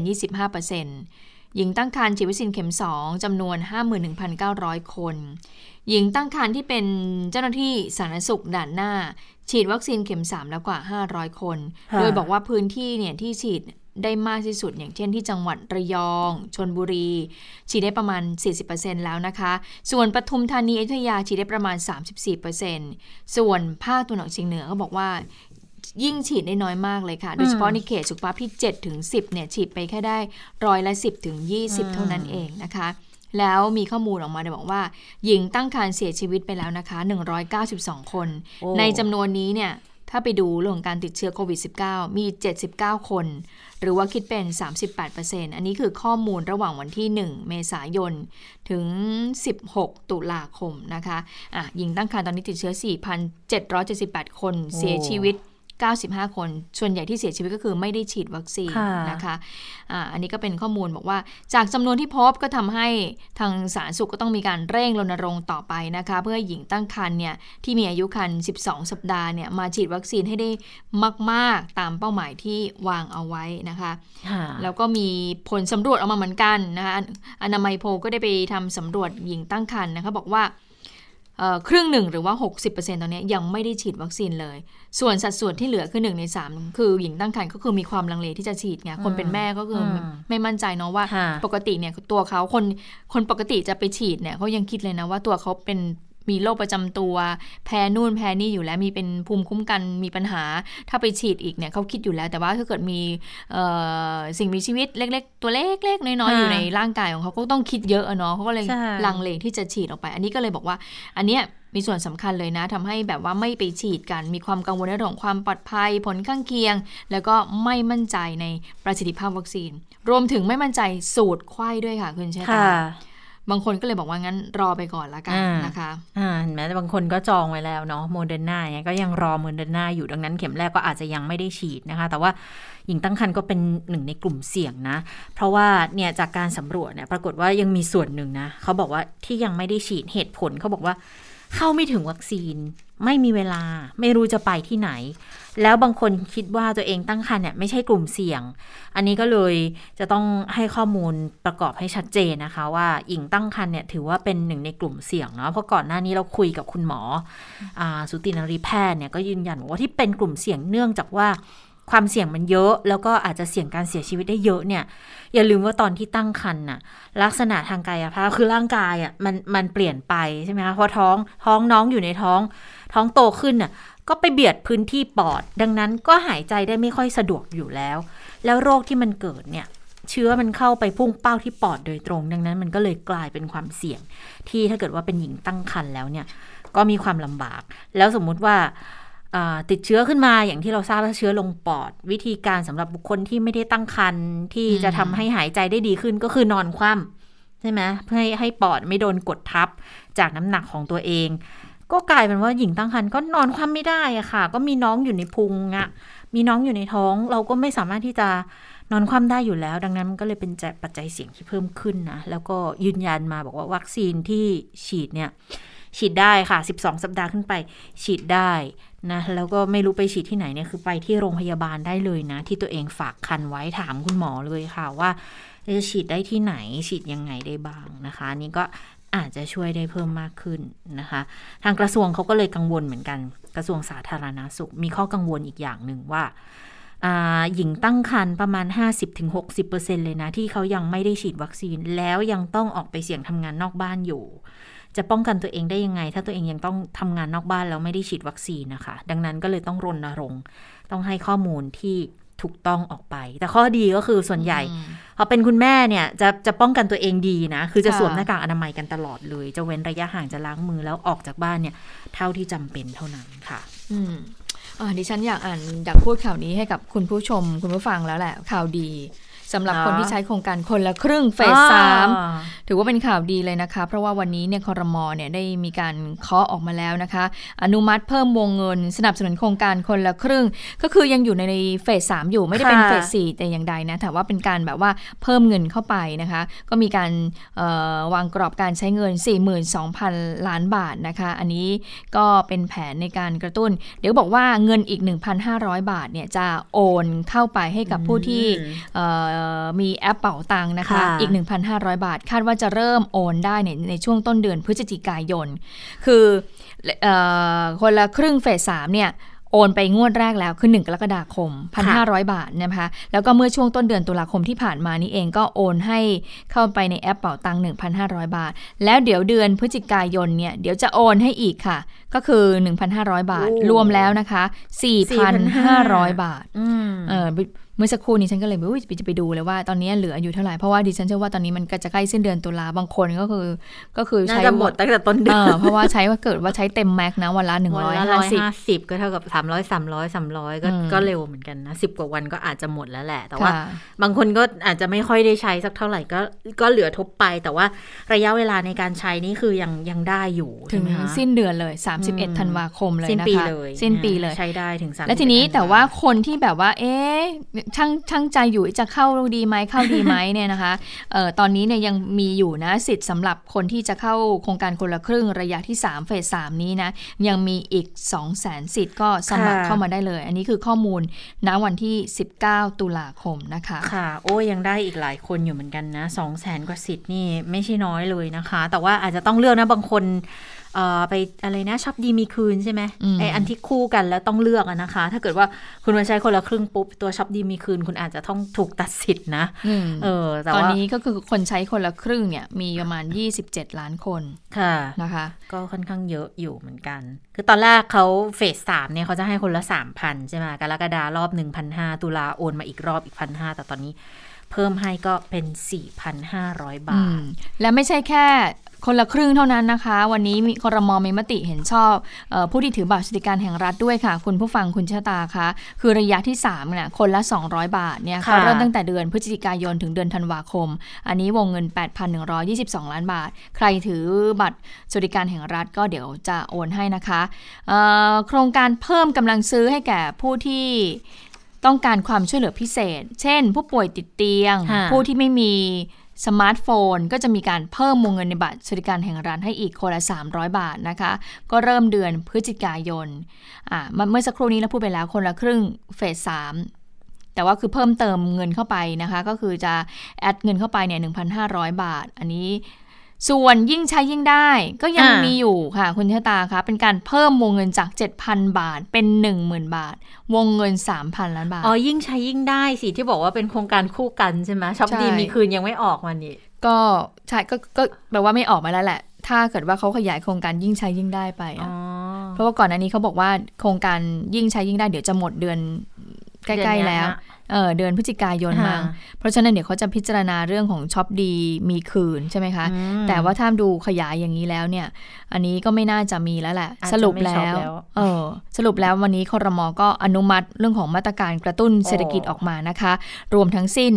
25%หญิงตั้งครรภ์ฉีดวัคซีนเข็ม2จำนวน 51,900 คนหญิงตั้งครรภ์ที่เป็นเจ้าหน้าที่สาธารณสุขด่านหน้าฉีดวัคซีนเข็ม3แล้วกว่า500คนโดยบอกว่าพื้นที่เนี่ยที่ฉีดได้มากที่สุดอย่างเช่นที่จังหวัดระยองชลบุรีฉีดได้ประมาณ 40% แล้วนะคะส่วนปทุมธานีอยุธยาฉีดได้ประมาณ 34% ส่วนภาคตะวันออกเฉียงเหนือเขาบอกว่ายิ่งฉีดได้น้อยมากเลยค่ะโดยเฉพาะในเขตสุขภาพที่ 7-10 เนี่ยฉีดไปแค่ได้10-20% เท่านั้นเองนะคะแล้วมีข้อมูลออกมาบอกว่าหญิงตั้งครรภ์เสียชีวิตไปแล้วนะคะ192คนในจำนวนนี้เนี่ยถ้าไปดูเรื่องของการติดเชื้อโควิด -19 มี79คนหรือว่าคิดเป็น 38% อันนี้คือข้อมูลระหว่างวันที่1เมษายนถึง16ตุลาคมนะคะหญิงตั้งครรภ์ตอนนี้ติดเชื้อ 4,778 คนเสียชีวิต95คนส่วนใหญ่ที่เสียชีวิตก็คือไม่ได้ฉีดวัคซีนนะคะอันนี้ก็เป็นข้อมูลบอกว่าจากจำนวนที่พบก็ทำให้ทางสาธารณสุขก็ต้องมีการเร่งรณรงค์ต่อไปนะคะเพื่อให้หญิงตั้งครรภ์เนี่ยที่มีอายุครรภ์12สัปดาห์เนี่ยมาฉีดวัคซีนให้ได้มากๆตามเป้าหมายที่วางเอาไว้นะคะแล้วก็มีผลสำรวจออกมาเหมือนกันนะคะอนามัยโพลก็ได้ไปทำสำรวจหญิงตั้งครรภ์นะคะบอกว่าครึ่งหนึ่งหรือว่า 60% ตอนนี้ยังไม่ได้ฉีดวัคซีนเลยส่วนสัดส่วนที่เหลือคือ1ใน3คือหญิงตั้งครรภ์ก็คือมีความลังเลที่จะฉีดไงคนเป็นแม่ก็คือไม่มั่นใจเนาะว่าปกติเนี่ยตัวเขาคนปกติจะไปฉีดเนี่ยเขายังคิดเลยนะว่าตัวเขาเป็นมีโรคประจำตัวแพ้นู่นแพ้นี่อยู่แล้วมีเป็นภูมิคุ้มกันมีปัญหาถ้าไปฉีดอีกเนี่ยเขาคิดอยู่แล้วแต่ว่าถ้าเกิดมีสิ่งมีชีวิตเล็กๆตัวเล็กๆน้อยๆอยู่ในร่างกายของเขาก็ต้องคิดเยอะเนาะเขาก็เลยลังเลที่จะฉีดออกไปอันนี้ก็เลยบอกว่าอันเนี้ยมีส่วนสำคัญเลยนะทำให้แบบว่าไม่ไปฉีดกันมีความกังวลในเรื่องของความปลอดภัยผลข้างเคียงแล้วก็ไม่มั่นใจในประสิทธิภาพวัคซีนรวมถึงไม่มั่นใจสูตรไข้ด้วยค่ะคุณเชษฐาบางคนก็เลยบอกว่างั้นรอไปก่อนละกันนะคะเห็นไหมบางคนก็จองไว้แล้วเนาะโมเดอร์นาเนี่ยก็ยังรอโมเดอร์นาอยู่ดังนั้นเข็มแรกก็อาจจะยังไม่ได้ฉีดนะคะแต่ว่าหญิงตั้งครรภ์ก็เป็นหนึ่งในกลุ่มเสี่ยงนะเพราะว่าเนี่ยจากการสำรวจเนี่ยปรากฏว่ายังมีส่วนหนึ่งนะเขาบอกว่าที่ยังไม่ได้ฉีดเหตุผลเขาบอกว่าเข้าไม่ถึงวัคซีนไม่มีเวลาไม่รู้จะไปที่ไหนแล้วบางคนคิดว่าตัวเองตั้งครรภ์เนี่ยไม่ใช่กลุ่มเสี่ยงอันนี้ก็เลยจะต้องให้ข้อมูลประกอบให้ชัดเจนนะคะว่าหญิงตั้งครรภ์เนี่ยถือว่าเป็นหนึ่งในกลุ่มเสี่ยงเนาะเพราะก่อนหน้านี้เราคุยกับคุณหมอสูตินรีแพทย์เนี่ยก็ยืนยันว่าที่เป็นกลุ่มเสี่ยงเนื่องจากว่าความเสี่ยงมันเยอะแล้วก็อาจจะเสี่ยงการเสียชีวิตได้เยอะเนี่ยอย่าลืมว่าตอนที่ตั้งครรภ์น่ะลักษณะทางกายภาพคือร่างกายอ่ะมันเปลี่ยนไปใช่ไหมคะเพราะท้องน้องอยู่ในท้องโตขึ้นน่ะก็ไปเบียดพื้นที่ปอดดังนั้นก็หายใจได้ไม่ค่อยสะดวกอยู่แล้วโรคที่มันเกิดเนี่ยเชื้อมันเข้าไปพุ่งเป้าที่ปอดโดยตรงดังนั้นมันก็เลยกลายเป็นความเสี่ยงที่ถ้าเกิดว่าเป็นหญิงตั้งครรภ์แล้วเนี่ยก็มีความลำบากแล้วสมมุติว่าติดเชื้อขึ้นมาอย่างที่เราทราบว่าเชื้อลงปอดวิธีการสำหรับบุคคลที่ไม่ได้ตั้งครรภ์ที่จะทำให้หายใจได้ดีขึ้นก็คือนอนคว่ำใช่ไหมเพื่อให้ปอดไม่โดนกดทับจากน้ำหนักของตัวเองก็กลายเป็นว่าหญิงตั้งครรภ์ก็นอนคว่ำไม่ได้อะค่ะก็มีน้องอยู่ในพุงอะมีน้องอยู่ในท้องเราก็ไม่สามารถที่จะนอนคว่ำได้อยู่แล้วดังนั้นมันก็เลยเป็นปัจจัยเสี่ยงที่เพิ่มขึ้นนะแล้วก็ยืนยันมาบอกว่าวัคซีนที่ฉีดเนี่ยฉีดได้ค่ะ12สัปดาห์ขึ้นไปฉีดได้นะแล้วก็ไม่รู้ไปฉีดที่ไหนเนี่ยคือไปที่โรงพยาบาลได้เลยนะที่ตัวเองฝากคันไว้ถามคุณหมอเลยค่ะว่าจะฉีดได้ที่ไหนฉีดยังไงได้บ้างนะคะนี่ก็อาจจะช่วยได้เพิ่มมากขึ้นนะคะทางกระทรวงเขาก็เลยกังวลเหมือนกันกระทรวงสาธารณสุขมีข้อกังวลอีกอย่างหนึ่งว่าหญิงตั้งครรภ์ประมาณ 50-60% เลยนะที่เขายังไม่ได้ฉีดวัคซีนแล้วยังต้องออกไปเสี่ยงทำงานนอกบ้านอยู่จะป้องกันตัวเองได้ยังไงถ้าตัวเองยังต้องทำงานนอกบ้านแล้วไม่ได้ฉีดวัคซีนนะคะดังนั้นก็เลยต้องรณรงค์ต้องให้ข้อมูลที่ถูกต้องออกไปแต่ข้อดีก็คือส่วนใหญ่พอเป็นคุณแม่เนี่ยจะป้องกันตัวเองดีนะคือจะสวมหน้ากากอนามัยกันตลอดเลยจะเว้นระยะห่างจะล้างมือแล้วออกจากบ้านเนี่ยเท่าที่จำเป็นเท่านั้นค่ะดิฉันอยากพูดข่าวนี้ให้กับคุณผู้ชมคุณผู้ฟังแล้วแหละข่าวดีสำหรับคนที่ใช้โครงการคนละครึ่งเฟส 3ถือว่าเป็นข่าวดีเลยนะคะเพราะว่าวันนี้เนี่ยครม.เนี่ยได้มีการเคาะออกมาแล้วนะคะอนุมัติเพิ่มวงเงินสนับสนุนโครงการคนละครึ่งก็คือยังอยู่ในเฟส 3อยู่ไม่ได้เป็นเฟส 4แต่อย่างใดนะแต่ว่าเป็นการแบบว่าเพิ่มเงินเข้าไปนะคะก็มีการวางกรอบการใช้เงิน 42,000 ล้านบาทนะคะอันนี้ก็เป็นแผนในการกระตุ้นเดี๋ยวบอกว่าเงินอีก 1,500 บาทเนี่ยจะโอนเข้าไปให้กับผู้ที่มีแอปเป๋าตังค์นะคะอีก 1,500 บาทคาดว่าจะเริ่มโอนได้ในช่วงต้นเดือนพฤศจิกายนคือคนละครึ่งเฟส 3เนี่ยโอนไปงวดแรกแล้วคือ1กรกฎาคม 1,500 บาทนะคะแล้วก็เมื่อช่วงต้นเดือนตุลาคมที่ผ่านมานี่เองก็โอนให้เข้าไปในแอปเป๋าตังค์ 1,500 บาทแล้วเดี๋ยวเดือนพฤศจิกายนเนี่ยเดี๋ยวจะโอนให้อีกค่ะก็คือ 1,500 บาทรวมแล้วนะคะ 4,500 บาทเมื่อสักครู่นี้ฉันก็เลยจะไปดูเลยว่าตอนนี้เหลืออยู่เท่าไหร่เพราะว่าดิฉันเชื่อว่าตอนนี้มันก็จะใกล้สิ้นเดือนตุลาบางคนก็คือใช้หมดตั้งแต่ต้นเดือนเพราะว่าใช้ว่าเกิดว่าใช้เต็มแม็กนะวันละ 150ก็เท่ากับ300ก็เร็วเหมือนกันนะ10กว่าวันก็อาจจะหมดแล้วแหละแต่ว่าบางคนก็อาจจะไม่ค่อยได้ใช้สักเท่าไหร่ก็เหลือทบไปแต่ว่าระยะเวลาในการใช้นี่คือยังได้อยู่ถึงสิ้นเดือนเลย31ธันวาคมเลยนะคะสิ้นปีเลยใช้ได้ถึง30 และทีนี้แต่ว่าคนที่แบบว่าช่างใจอยู่จะเข้าดีไหมเนี่ยนะคะตอนนี้เนี่ยยังมีอยู่นะสิทธิ์สำหรับคนที่จะเข้าโครงการคนละครึ่งระยะที่3เฟส 3นี้นะยังมีอีก 200,000 สิทธิ์ก็สมัครเข้ามาได้เลยอันนี้คือข้อมูลณวันที่19ตุลาคมนะคะค่ะโอ้ยังได้อีกหลายคนอยู่เหมือนกันนะ 200,000 กว่าสิทธิ์นี่ไม่ใช่น้อยเลยนะคะแต่ว่าอาจจะต้องเลือกนะบางคนไปอะไรนะช็อปดีมีคืนใช่ไหมไออันที่คู่กันแล้วต้องเลือกนะคะถ้าเกิดว่าคุณมาใช้คนละครึ่งปุ๊บตัวช็อปดีมีคืนคุณอาจจะต้องถูกตัดสิทธินะแต่ตอนนี้ก็คือคนใช้คนละครึ่งเนี่ยมีประมาณ27ล้านคนค่ะนะคะก็ค่อนข้างเยอะอยู่เหมือนกันคือตอนแรกเขาเฟส 3เนี่ยเขาจะให้คนละ 3,000 ใช่ไหมกรกฎารอบ 1,500 ตุลาโอนมาอีกรอบอีก 1,500 แต่ตอนนี้เพิ่มให้ก็เป็น 4,500 บาทและไม่ใช่แค่คนละครึ่งเท่านั้นนะคะวันนี้ครม.มีมติเห็นชอบผู้ที่ถือบัตรสวัสดิการแห่งรัฐด้วยค่ะคุณผู้ฟังคุณชะตาคะคือระยะที่3เนี่ยคนละ200บาทเนี่ยเขาเริ่มตั้งแต่เดือนพฤศจิกายนถึงเดือนธันวาคมอันนี้วงเงิน 8,122 ล้านบาทใครถือบัตรสวัสดิการแห่งรัฐก็เดี๋ยวจะโอนให้นะคะโครงการเพิ่มกำลังซื้อให้แก่ผู้ที่ต้องการความช่วยเหลือพิเศษเช่นผู้ป่วยติดเตียงผู้ที่ไม่มีสมาร์ทโฟนก็จะมีการเพิ่มวงเงินในบัตรสวัสดิการแห่งรัฐให้อีกคนละ300 บาทนะคะก็เริ่มเดือนพฤศจิกายนเมื่อสักครู่นี้เราพูดไปแล้วคนละครึ่งเฟส 3แต่ว่าคือเพิ่มเติมเงินเข้าไปนะคะก็คือจะแอดเงินเข้าไปเนี่ย 1,500 บาทอันนี้ส่วนยิ่งใช้ยิ่งได้ก็ยังมีอยู่ค่ะคุณชะตาคะเป็นการเพิ่มวงเงินจาก 7,000 บาทเป็น 10,000 บาทวงเงิน 3,000 ล้านบาทยิ่งใช้ยิ่งได้สิที่บอกว่าเป็นโครงการคู่กันใช่ไหมช็อปดีมีคืนยังไม่ออกมานี่ก็ใช่ก็แปลว่าไม่ออกมาแล้วแหละถ้าเกิดว่าเขาขยายโครงการยิ่งใช้ยิ่งได้ไปเพราะว่าก่อนหน้านี้เขาบอกว่าโครงการยิ่งใช้ยิ่งได้เดี๋ยวจะหมดเดือนใกล้ๆแล้วเดือนพฤศจิกายนมั้งเพราะฉะนั้นเดี๋ยวเขาจะพิจารณาเรื่องของช็อปดีมีคืนใช่ไหมคะแต่ว่าถ้าดูขยายอย่างนี้แล้วเนี่ยอันนี้ก็ไม่น่าจะมีแล้วแหละสรุปแล้ววันนี้ครม.ก็อนุมัติเรื่องของมาตรการกระตุ้นเศรษฐกิจออกมานะคะรวมทั้งสิ้น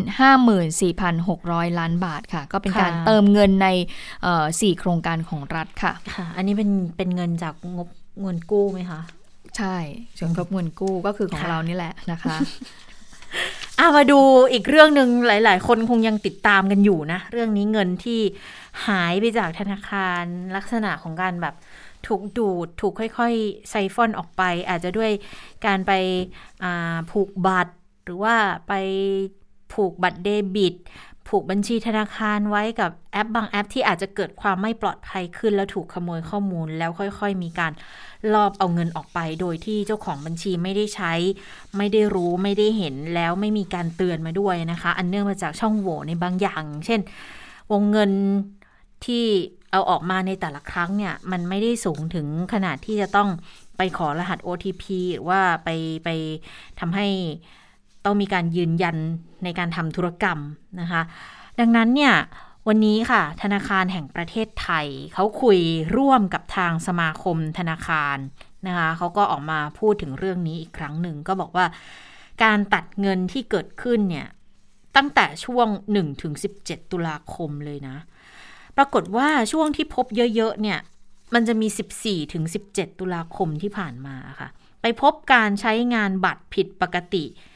54,600 ล้านบาทค่ะก็เป็นการเติมเงินใน4โครงการของรัฐค่ะอันนี้เป็นเงินจากงบเงินกู้ไหมคะใช่ส่วนงบเงินกู้ก็คือของเรานี่แหละนะคะมาดูอีกเรื่องนึงหลายๆคนคงยังติดตามกันอยู่นะเรื่องนี้เงินที่หายไปจากธนาคารลักษณะของการแบบถูกดูดถูกค่อยๆไซฟอนออกไปอาจจะด้วยการไปผูกบัตรหรือว่าไปผูกบัตรเดบิตผูกบัญชีธนาคารไว้กับแอปบางแอปที่อาจจะเกิดความไม่ปลอดภัยขึ้นแล้วถูกขโมยข้อมูลแล้วค่อยๆมีการลอบเอาเงินออกไปโดยที่เจ้าของบัญชีไม่ได้ใช้ไม่ได้รู้ไม่ได้เห็นแล้วไม่มีการเตือนมาด้วยนะคะอันเนื่องมาจากช่องโหว่ในบางอย่างเช่นวงเงินที่เอาออกมาในแต่ละครั้งเนี่ยมันไม่ได้สูงถึงขนาดที่จะต้องไปขอรหัส OTP หรือว่าไปทำให้ต้องมีการยืนยันในการทำธุรกรรมนะคะดังนั้นเนี่ยวันนี้ค่ะธนาคารแห่งประเทศไทยเขาคุยร่วมกับทางสมาคมธนาคารนะคะเขาก็ออกมาพูดถึงเรื่องนี้อีกครั้งหนึ่งก็บอกว่าการตัดเงินที่เกิดขึ้นเนี่ยตั้งแต่ช่วง 1-17 ตุลาคมเลยนะปรากฏว่าช่วงที่พบเยอะๆเนี่ยมันจะมี 14-17 ตุลาคมที่ผ่านมาค่ะไปพบการใช้งานบัตรผิดปกติ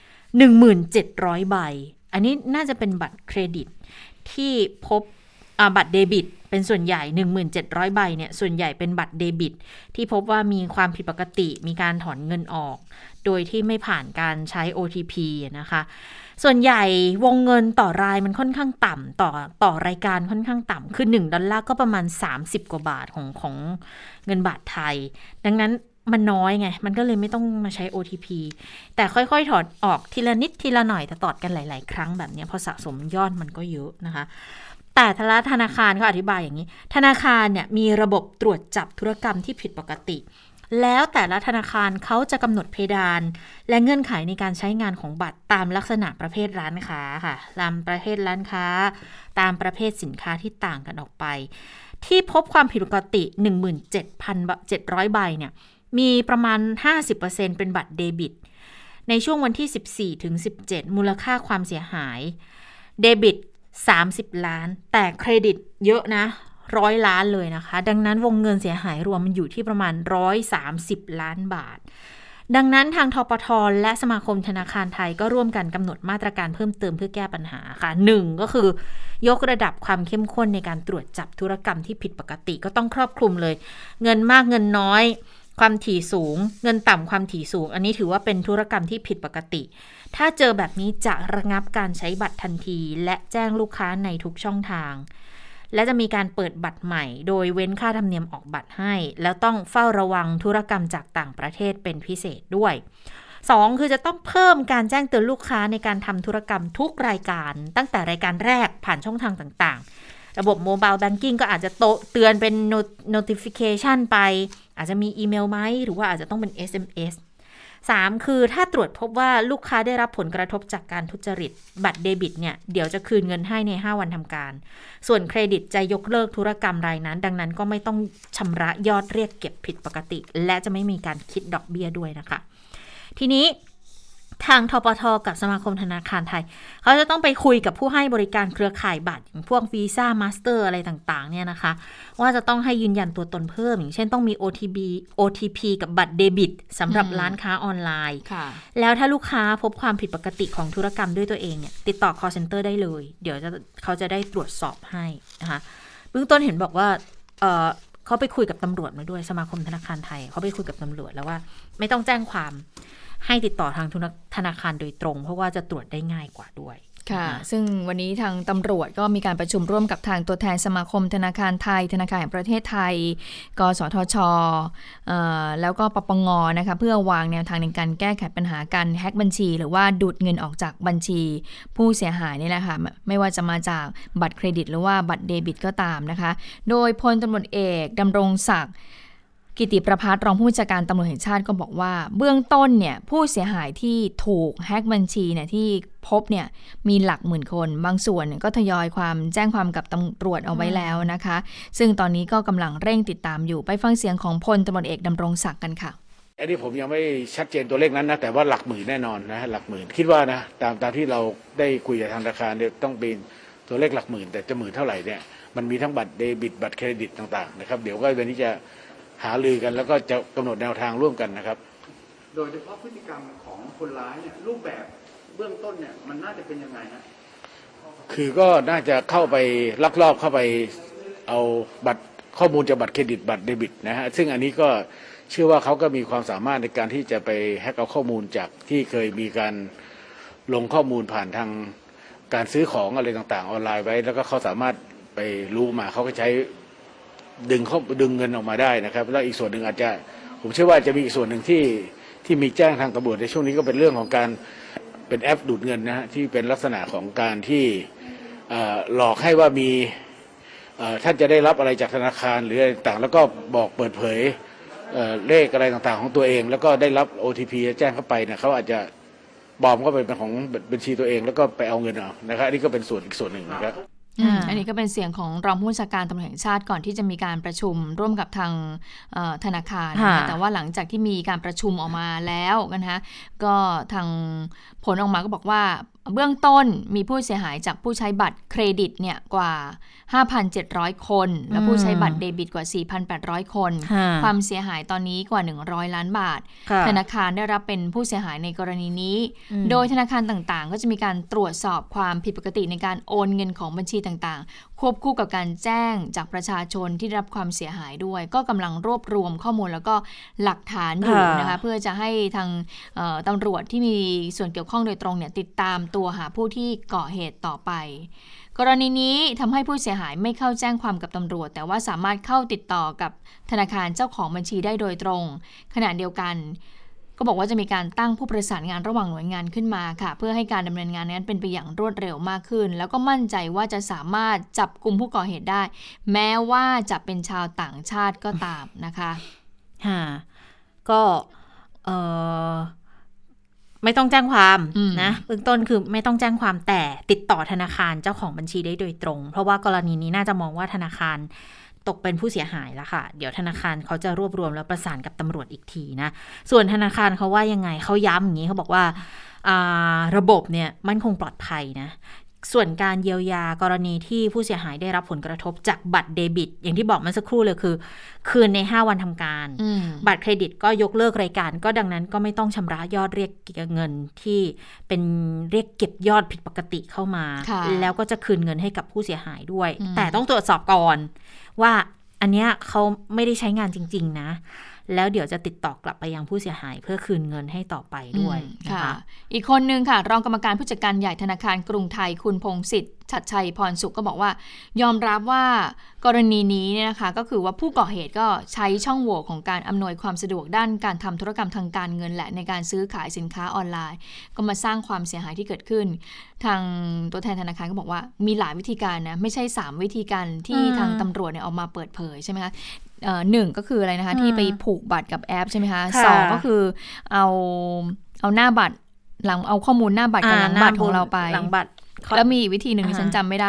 1,700 ใบอันนี้น่าจะเป็นบัตรเครดิตที่พบบัตรเดบิตเป็นส่วนใหญ่ 1,700 ใบเนี่ยส่วนใหญ่เป็นบัตรเดบิตที่พบว่ามีความผิดปกติมีการถอนเงินออกโดยที่ไม่ผ่านการใช้ OTP นะคะส่วนใหญ่วงเงินต่อรายมันค่อนข้างต่ำต่อรายการค่อนข้างต่ำคือ$1ก็ประมาณ30กว่าบาทของเงินบาทไทยดังนั้นมันน้อยไงมันก็เลยไม่ต้องมาใช้ OTP แต่ค่อยๆถอดออกทีละนิดทีละหน่อยแต่ตอดกันหลายๆครั้งแบบนี้พอสะสมยอดมันก็เยอะนะคะแต่ธนาคารเขาอธิบายอย่างนี้ธนาคารเนี่ยมีระบบตรวจจับธุรกรรมที่ผิดปกติแล้วแต่ละธนาคารเขาจะกำหนดเพดานและเงื่อนไขในการใช้งานของบัตรตามลักษณะประเภทร้านค้าค่ะตามประเภทร้านค้าตามประเภทสินค้าที่ต่างกันออกไปที่พบความผิดปกติ 17,700 ใบเนี่ยมีประมาณ 50% เป็นบัตรเดบิตในช่วงวันที่14 ถึง 17มูลค่าความเสียหายเดบิต30 ล้านแต่เครดิตเยอะนะ100 ล้านเลยนะคะดังนั้นวงเงินเสียหายรวมมันอยู่ที่ประมาณ130 ล้านบาทดังนั้นทางธปท.และสมาคมธนาคารไทยก็ร่วมกันกำหนดมาตรการเพิ่มเติมเพื่อแก้ปัญหาค่ะ1ก็คือยกระดับความเข้มข้นในการตรวจจับธุรกรรมที่ผิดปกติก็ต้องครอบคลุมเลยเงินมากเงินน้อยความถี่สูงเงินต่ำความถี่สูงอันนี้ถือว่าเป็นธุรกรรมที่ผิดปกติถ้าเจอแบบนี้จะระงับการใช้บัตรทันทีและแจ้งลูกค้าในทุกช่องทางและจะมีการเปิดบัตรใหม่โดยเว้นค่าธรรมเนียมออกบัตรให้แล้วต้องเฝ้าระวังธุรกรรมจากต่างประเทศเป็นพิเศษด้วย2คือจะต้องเพิ่มการแจ้งเตือนลูกค้าในการทำธุรกรรมทุกรายการตั้งแต่รายการแรกผ่านช่องทางต่างๆระบบโมบายแบงกิ้งก็อาจจะเตือนเป็น notification ไปอาจจะมีอีเมลไหมหรือว่าอาจจะต้องเป็น SMS 3คือถ้าตรวจพบว่าลูกค้าได้รับผลกระทบจากการทุจริตบัตรเดบิตเนี่ยเดี๋ยวจะคืนเงินให้ใน5วันทำการส่วนเครดิตจะยกเลิกธุรกรรมรายนั้นดังนั้นก็ไม่ต้องชำระยอดเรียกเก็บผิดปกติและจะไม่มีการคิดดอกเบี้ยด้วยนะคะทีนี้ทางธปท.กับสมาคมธนาคารไทยเขาจะต้องไปคุยกับผู้ให้บริการเครือข่ายบัตรอย่างพวก Visa Master อะไรต่างๆเนี่ยนะคะว่าจะต้องให้ยืนยันตัวตนเพิ่มอย่างเช่นต้องมี OTP กับบัตรเดบิตสำหรับร้านค้าออนไลน์แล้วถ้าลูกค้าพบความผิดปกติของธุรกรรมด้วยตัวเองเนี่ยติดต่อ call center ได้เลยเดี๋ยวเขาจะได้ตรวจสอบให้นะคะเบื้องต้นเห็นบอกว่าเขาไปคุยกับตำรวจมาด้วยสมาคมธนาคารไทยเขาไปคุยกับตำรวจแล้วว่าไม่ต้องแจ้งความให้ติดต่อทางธนาคารโดยตรงเพราะว่าจะตรวจได้ง่ายกว่าด้วยค่ะซึ่งวันนี้ทางตำรวจก็มีการประชุมร่วมกับทางตัวแทนสมาคมธนาคารไทยธนาคารแห่งประเทศไทยกสทช.แล้วก็ปปง.นะคะเพื่อวางแนวทางในการแก้ไขปัญหาการแฮ็กบัญชีหรือว่าดูดเงินออกจากบัญชีผู้เสียหายนี่แหละค่ะไม่ว่าจะมาจากบัตรเครดิตหรือว่าบัตรเดบิตก็ตามนะคะโดยพลตำรวจเอกดำรงศักดิ์กิติประภัสรองผู้บัญชาการตำรวจแห่งชาติก็บอกว่าเบื้องต้นเนี่ยผู้เสียหายที่ถูกแฮ็กบัญชีเนี่ยที่พบเนี่ยมีหลักหมื่นคนบางส่วนก็ทยอยแจ้งความกับตำรวจเอาไว้แล้วนะคะซึ่งตอนนี้ก็กำลังเร่งติดตามอยู่ไปฟังเสียงของพลตำรวจเอกดำรงศักดิ์กันค่ะอันนี้ผมยังไม่ชัดเจนตัวเลขนั้นนะแต่ว่าหลักหมื่นแน่นอนนะหลักหมื่นคิดว่านะตามที่เราได้คุยกับทางธนาคารเนี่ยต้องเป็นตัวเลขหลักหมื่นแต่จะหมื่นเท่าไหร่เนี่ยมันมีทั้งบัตรเดบิตบัตรเครดิตต่างๆนะครับเดี๋ยวก็วันนี้จะหารือกันแล้วก็จะกำหนดแนวทางร่วมกันนะครับโดยเฉพาะพฤติกรรมของคนร้ายเนี่ยรูปแบบเบื้องต้นเนี่ยมันน่าจะเป็นยังไงฮะคือก็น่าจะเข้าไปลักลอบเข้าไปเอาบัตรข้อมูลจากบัตรเครดิตบัตรเดบิตนะฮะซึ่งอันนี้ก็เชื่อว่าเขาก็มีความสามารถในการที่จะไปแฮกเอาข้อมูลจากที่เคยมีการลงข้อมูลผ่านทางการซื้อของอะไรต่างๆออนไลน์ไว้แล้วก็เขาสามารถไปรู้มาเขาก็ใช้ดึงเงินออกมาได้นะครับแล้วอีกส่วนหนึ่งอาจจะผมเชื่อว่าจะมีอีกส่วนหนึ่งที่มีแจ้งทางตำรวจในช่วงนี้ก็เป็นเรื่องของการเป็นแอปดูดเงินนะฮะที่เป็นลักษณะของการที่หลอกให้ว่ามีท่านจะได้รับอะไรจากธนาคารหรืออะไรต่างแล้วก็บอกเปิดเผยเลขอะไรต่างๆของตัวเองแล้วก็ได้รับ OTP แจ้งเข้าไปเนี่ยเขาอาจจะปลอมเข้าไปเป็นของบัญชีตัวเองแล้วก็ไปเอาเงินเอานะครับอันนี้ก็เป็นอีกส่วนหนึ่งนะครับอันนี้ก็เป็นเสียงของรองผู้บัญชาการตำรวจแห่งชาติก่อนที่จะมีการประชุมร่วมกับทางธนาคารแต่ว่าหลังจากที่มีการประชุมออกมาแล้วนะคะก็ทางผลออกมาก็บอกว่าเบื้องต้นมีผู้เสียหายจากผู้ใช้บัตรเครดิตเนี่ยกว่า 5,700 คนและผู้ใช้บัตรเดบิตกว่า 4,800 คนความเสียหายตอนนี้กว่า100ล้านบาทธนาคารได้รับเป็นผู้เสียหายในกรณีนี้โดยธนาคารต่างๆก็จะมีการตรวจสอบความผิดปกติในการโอนเงินของบัญชีต่างๆควบคู่กับการแจ้งจากประชาชนที่ได้รับความเสียหายด้วยก็กำลังรวบรวมข้อมูลแล้วก็หลักฐานอยู่นะคะเพื่อจะให้ทางตำรวจที่มีส่วนเกี่ยวข้องโดยตรงเนี่ยติดตามตัวหาผู้ที่ก่อเหตุต่อไปกรณีนี้ทำให้ผู้เสียหายไม่เข้าแจ้งความกับตำรวจแต่ว่าสามารถเข้าติดต่อกับธนาคารเจ้าของบัญชีได้โดยตรงขณะเดียวกันก็บอกว่าจะมีการตั้งผู้ประสานงานระหว่างหน่วยงานขึ้นมาค่ะเพื่อให้การดำเนินงานนั้นเป็นไปอย่างรวดเร็วมากขึ้นแล้วก็มั่นใจว่าจะสามารถจับกุมผู้ก่อเหตุได้แม้ว่าจะเป็นชาวต่างชาติก็ตามนะคะก็ไม่ต้องแจ้งความนะเบื้องต้นคือไม่ต้องแจ้งความแต่ติดต่อธนาคารเจ้าของบัญชีได้โดยตรงเพราะว่ากรณีนี้น่าจะมองว่าธนาคารตกเป็นผู้เสียหายแล้วค่ะเดี๋ยวธนาคารเขาจะรวบรวมแล้วประสานกับตำรวจอีกทีนะส่วนธนาคารเขาว่ายังไงเขาย้ำอย่างนี้เขาบอกว่าระบบเนี่ยมั่นคงปลอดภัยนะส่วนการเยียวยากรณีที่ผู้เสียหายได้รับผลกระทบจากบัตรเดบิตอย่างที่บอกเมื่อสักครู่เลยคือคืนใน5วันทำการบัตรเครดิตก็ยกเลิกรายการก็ดังนั้นก็ไม่ต้องชำระยอดเรียกเงินที่เป็นเรียกเก็บยอดผิดปกติเข้ามาแล้วก็จะคืนเงินให้กับผู้เสียหายด้วยแต่ต้องตรวจสอบก่อนว่าอันเนี้ยเขาไม่ได้ใช้งานจริงๆนะแล้วเดี๋ยวจะติดต่อกลับไปยังผู้เสียหายเพื่อคืนเงินให้ต่อไปด้วยนะคะอีกคนนึงค่ะรองกรรมการผู้จัดการใหญ่ธนาคารกรุงไทยคุณพงศิษฐ์ชัดชัยพรสุขก็บอกว่ายอมรับว่ากรณีนี้เนี่ยนะคะก็คือว่าผู้ก่อเหตุก็ใช้ช่องโหว่ของการอำนวยความสะดวกด้านการทำธุรกรรมทางการเงินและในการซื้อขายสินค้าออนไลน์ก็มาสร้างความเสียหายที่เกิดขึ้นทางตัวแทนธนาคารก็บอกว่ามีหลายวิธีการนะไม่ใช่3วิธีการที่ทางตำรวจเนี่ยออกมาเปิดเผยใช่ไหมคะหนึ่งก็คืออะไรนะคะที่ไปผูกบัตรกับแอปใช่ไหมคะสองก็คือเอาหน้าบัตรหลังเอาข้อมูลหน้าบัตรกับหลังบัตรของเราไปหลังบัตรแล้วมีวิธีหนึ่งที่ฉันจำไม่ได้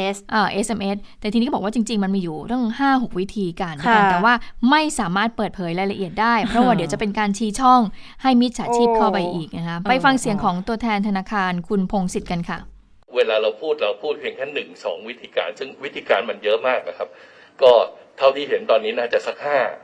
SMS แต่ทีนี้ก็บอกว่าจริงๆมันมีอยู่ตั้ง 5-6 วิธีการแต่ว่าไม่สามารถเปิดเผยรายละเอียดได้เพราะว่าเดี๋ยวจะเป็นการชี้ช่องให้มิจฉาชีพเข้าไปอีกนะคะไปฟังเสียงของตัวแทนธนาคารคุณพงศิษฐ์กันค่ะเวลาเราพูดเพียงแค่1-2 วิธีการซึ่งวิธีการมันเยอะมากนะครับก็เท่าที่เห็นตอนนี้น่าจะสัก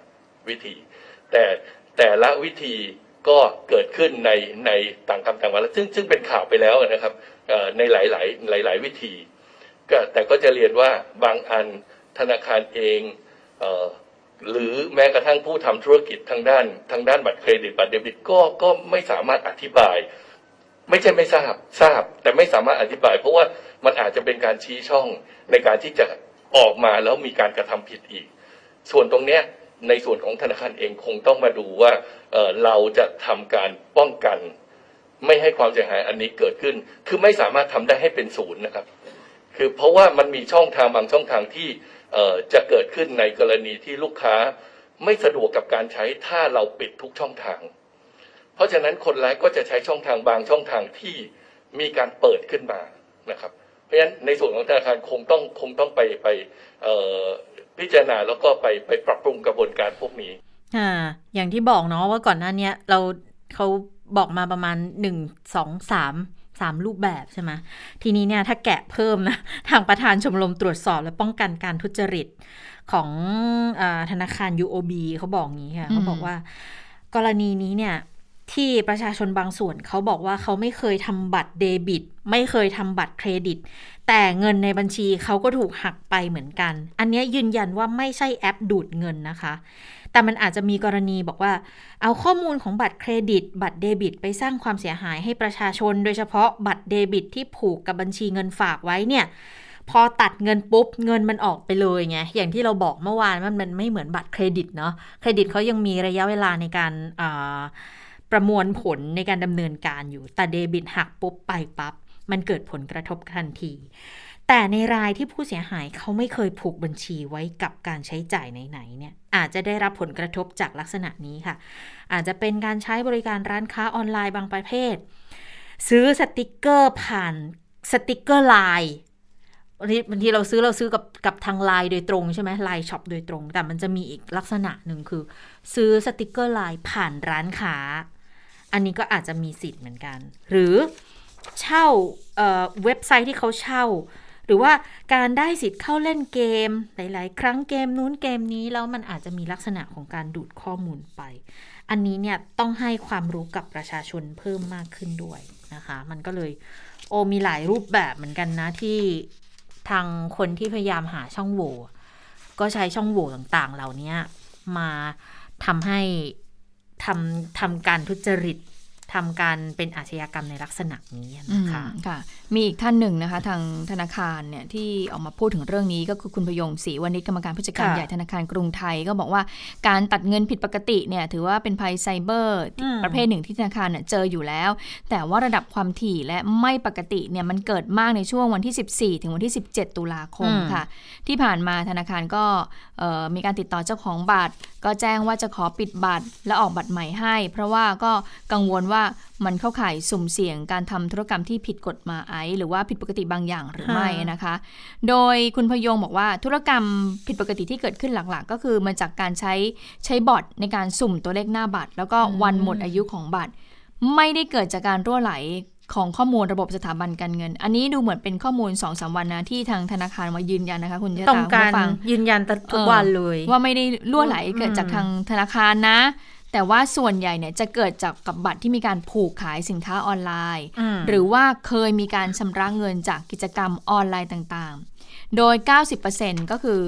5วิธีแต่ละวิธีก็เกิดขึ้นในต่างกรรมต่างวาระซึ่งเป็นข่าวไปแล้วนะครับในหลายวิธีแต่ก็จะเรียนว่าบางอันธนาคารเองหรือแม้กระทั่งผู้ทำธุรกิจทางด้านบัตรเครดิตบัตรเดบิตก็ไม่สามารถอธิบายไม่ใช่ไม่ทราบแต่ไม่สามารถอธิบายเพราะว่ามันอาจจะเป็นการชี้ช่องในการที่จะออกมาแล้วมีการกระทำผิดอีกส่วนตรงเนี้ยในส่วนของธนาคารเองคงต้องมาดูว่าเราจะทำการป้องกันไม่ให้ความเสียหายอันนี้เกิดขึ้นคือไม่สามารถทำได้ให้เป็นศูนย์นะครับคือเพราะว่ามันมีช่องทางบางช่องทางที่จะเกิดขึ้นในกรณีที่ลูกค้าไม่สะดวกกับการใช้ถ้าเราปิดทุกช่องทางเพราะฉะนั้นคนร้ายก็จะใช้ช่องทางบางช่องทางที่มีการเปิดขึ้นมานะครับเพราะฉะนั้นในส่วนของธนาคารคงต้องไปพิจารณาแล้วก็ไปปรับปรุงกระบวนการพวกนี้อย่างที่บอกเนาะว่าก่อนหน้านี้เขาบอกมาประมาณ3 รูปแบบใช่ไหมทีนี้เนี่ยถ้าแกะเพิ่มนะทางประธานชมรมตรวจสอบและป้องกันการทุจริตของธนาคาร UOB เขาบอกงี้ค่ะเขาบอกว่ากรณีนี้เนี่ยที่ประชาชนบางส่วนเขาบอกว่าเขาไม่เคยทำบัตรเดบิตไม่เคยทำบัตรเครดิตแต่เงินในบัญชีเขาก็ถูกหักไปเหมือนกันอันนี้ยืนยันว่าไม่ใช่แอปดูดเงินนะคะแต่มันอาจจะมีกรณีบอกว่าเอาข้อมูลของบัตรเครดิตบัตรเดบิตไปสร้างความเสียหายให้ประชาชนโดยเฉพาะบัตรเดบิตที่ผูกกับบัญชีเงินฝากไว้เนี่ยพอตัดเงินปุ๊บเงินมันออกไปเลยไงอย่างที่เราบอกเมื่อวานมันไม่เหมือนบัตรเครดิตเนาะเครดิตเขายังมีระยะเวลาในการประมวลผลในการดำเนินการอยู่แต่เดบิตหักปุ๊บไปปั๊บมันเกิดผลกระทบทันทีแต่ในรายที่ผู้เสียหายเขาไม่เคยผูกบัญชีไว้กับการใช้จ่ายไหนๆเนี่ยอาจจะได้รับผลกระทบจากลักษณะนี้ค่ะอาจจะเป็นการใช้บริการร้านค้าออนไลน์บางประเภทซื้อสติกเกอร์ผ่านสติกเกอร์ไลน์บางทีเราซื้อกับทางไลน์โดยตรงใช่ไหมไลน์ช็อปโดยตรงแต่มันจะมีอีกลักษณะหนึ่งคือซื้อสติกเกอร์ไลน์ผ่านร้านค้าอันนี้ก็อาจจะมีสิทธิ์เหมือนกันหรือเช่าเว็บไซต์ที่เขาเช่าหรือว่าการได้สิทธิ์เข้าเล่นเกมหลายๆครั้งเกมนู้นเกมนี้แล้วมันอาจจะมีลักษณะของการดูดข้อมูลไปอันนี้เนี่ยต้องให้ความรู้กับประชาชนเพิ่มมากขึ้นด้วยนะคะมันก็เลยมีหลายรูปแบบเหมือนกันนะที่ทางคนที่พยายามหาช่องโหว่ก็ใช้ช่องโหว่ต่างๆเหล่านี้มาทำให้ทำการทุจริตทำการเป็นอาชญากรรมในลักษณะนี้นะคะค่ะมีอีกท่านหนึ่งนะคะทางธนาคารเนี่ยที่ออกมาพูดถึงเรื่องนี้ก็คือคุณพยงศรีวณิชกรรมการผู้จัดการใหญ่ธนาคารกรุงไทยก็บอกว่าการตัดเงินผิดปกติเนี่ยถือว่าเป็นภัยไซเบอร์ประเภทหนึ่งที่ธนาคารเนี่ยเจออยู่แล้วแต่ว่าระดับความถี่และไม่ปกติเนี่ยมันเกิดมากในช่วงวันที่14ถึงวันที่17ตุลาคมค่ะที่ผ่านมาธนาคารก็มีการติดต่อเจ้าของบัตรก็แจ้งว่าจะขอปิดบัตรและออกบัตรใหม่ให้เพราะว่าก็กังวลว่ามันเข้าข่ายสุ่มเสี่ยงการทำธุรกรรมที่ผิดกฎหมายหรือว่าผิดปกติบางอย่างหรือไม่นะคะโดยคุณพยงบอกว่าธุรกรรมผิดปกติที่เกิดขึ้นหลักๆก็คือมาจากการใช้บอทในการสุ่มตัวเลขหน้าบัตรแล้วก็วันหมดอายุของบัตรไม่ได้เกิดจากการรั่วไหลของข้อมูลระบบสถาบันการเงินอันนี้ดูเหมือนเป็นข้อมูล 2-3 วันนะที่ทางธนาคารมายืนยันนะคะคุณเจตาต้องการยืนยันทุกวันเลยว่าไม่ได้รั่วไหลเกิดจากทางธนาคารนะแต่ว่าส่วนใหญ่เนี่ยจะเกิดจากกับบัตรที่มีการผูกขายสินค้าออนไลน์หรือว่าเคยมีการชำระเงินจากกิจกรรมออนไลน์ต่างๆโดย 90% ก็คือ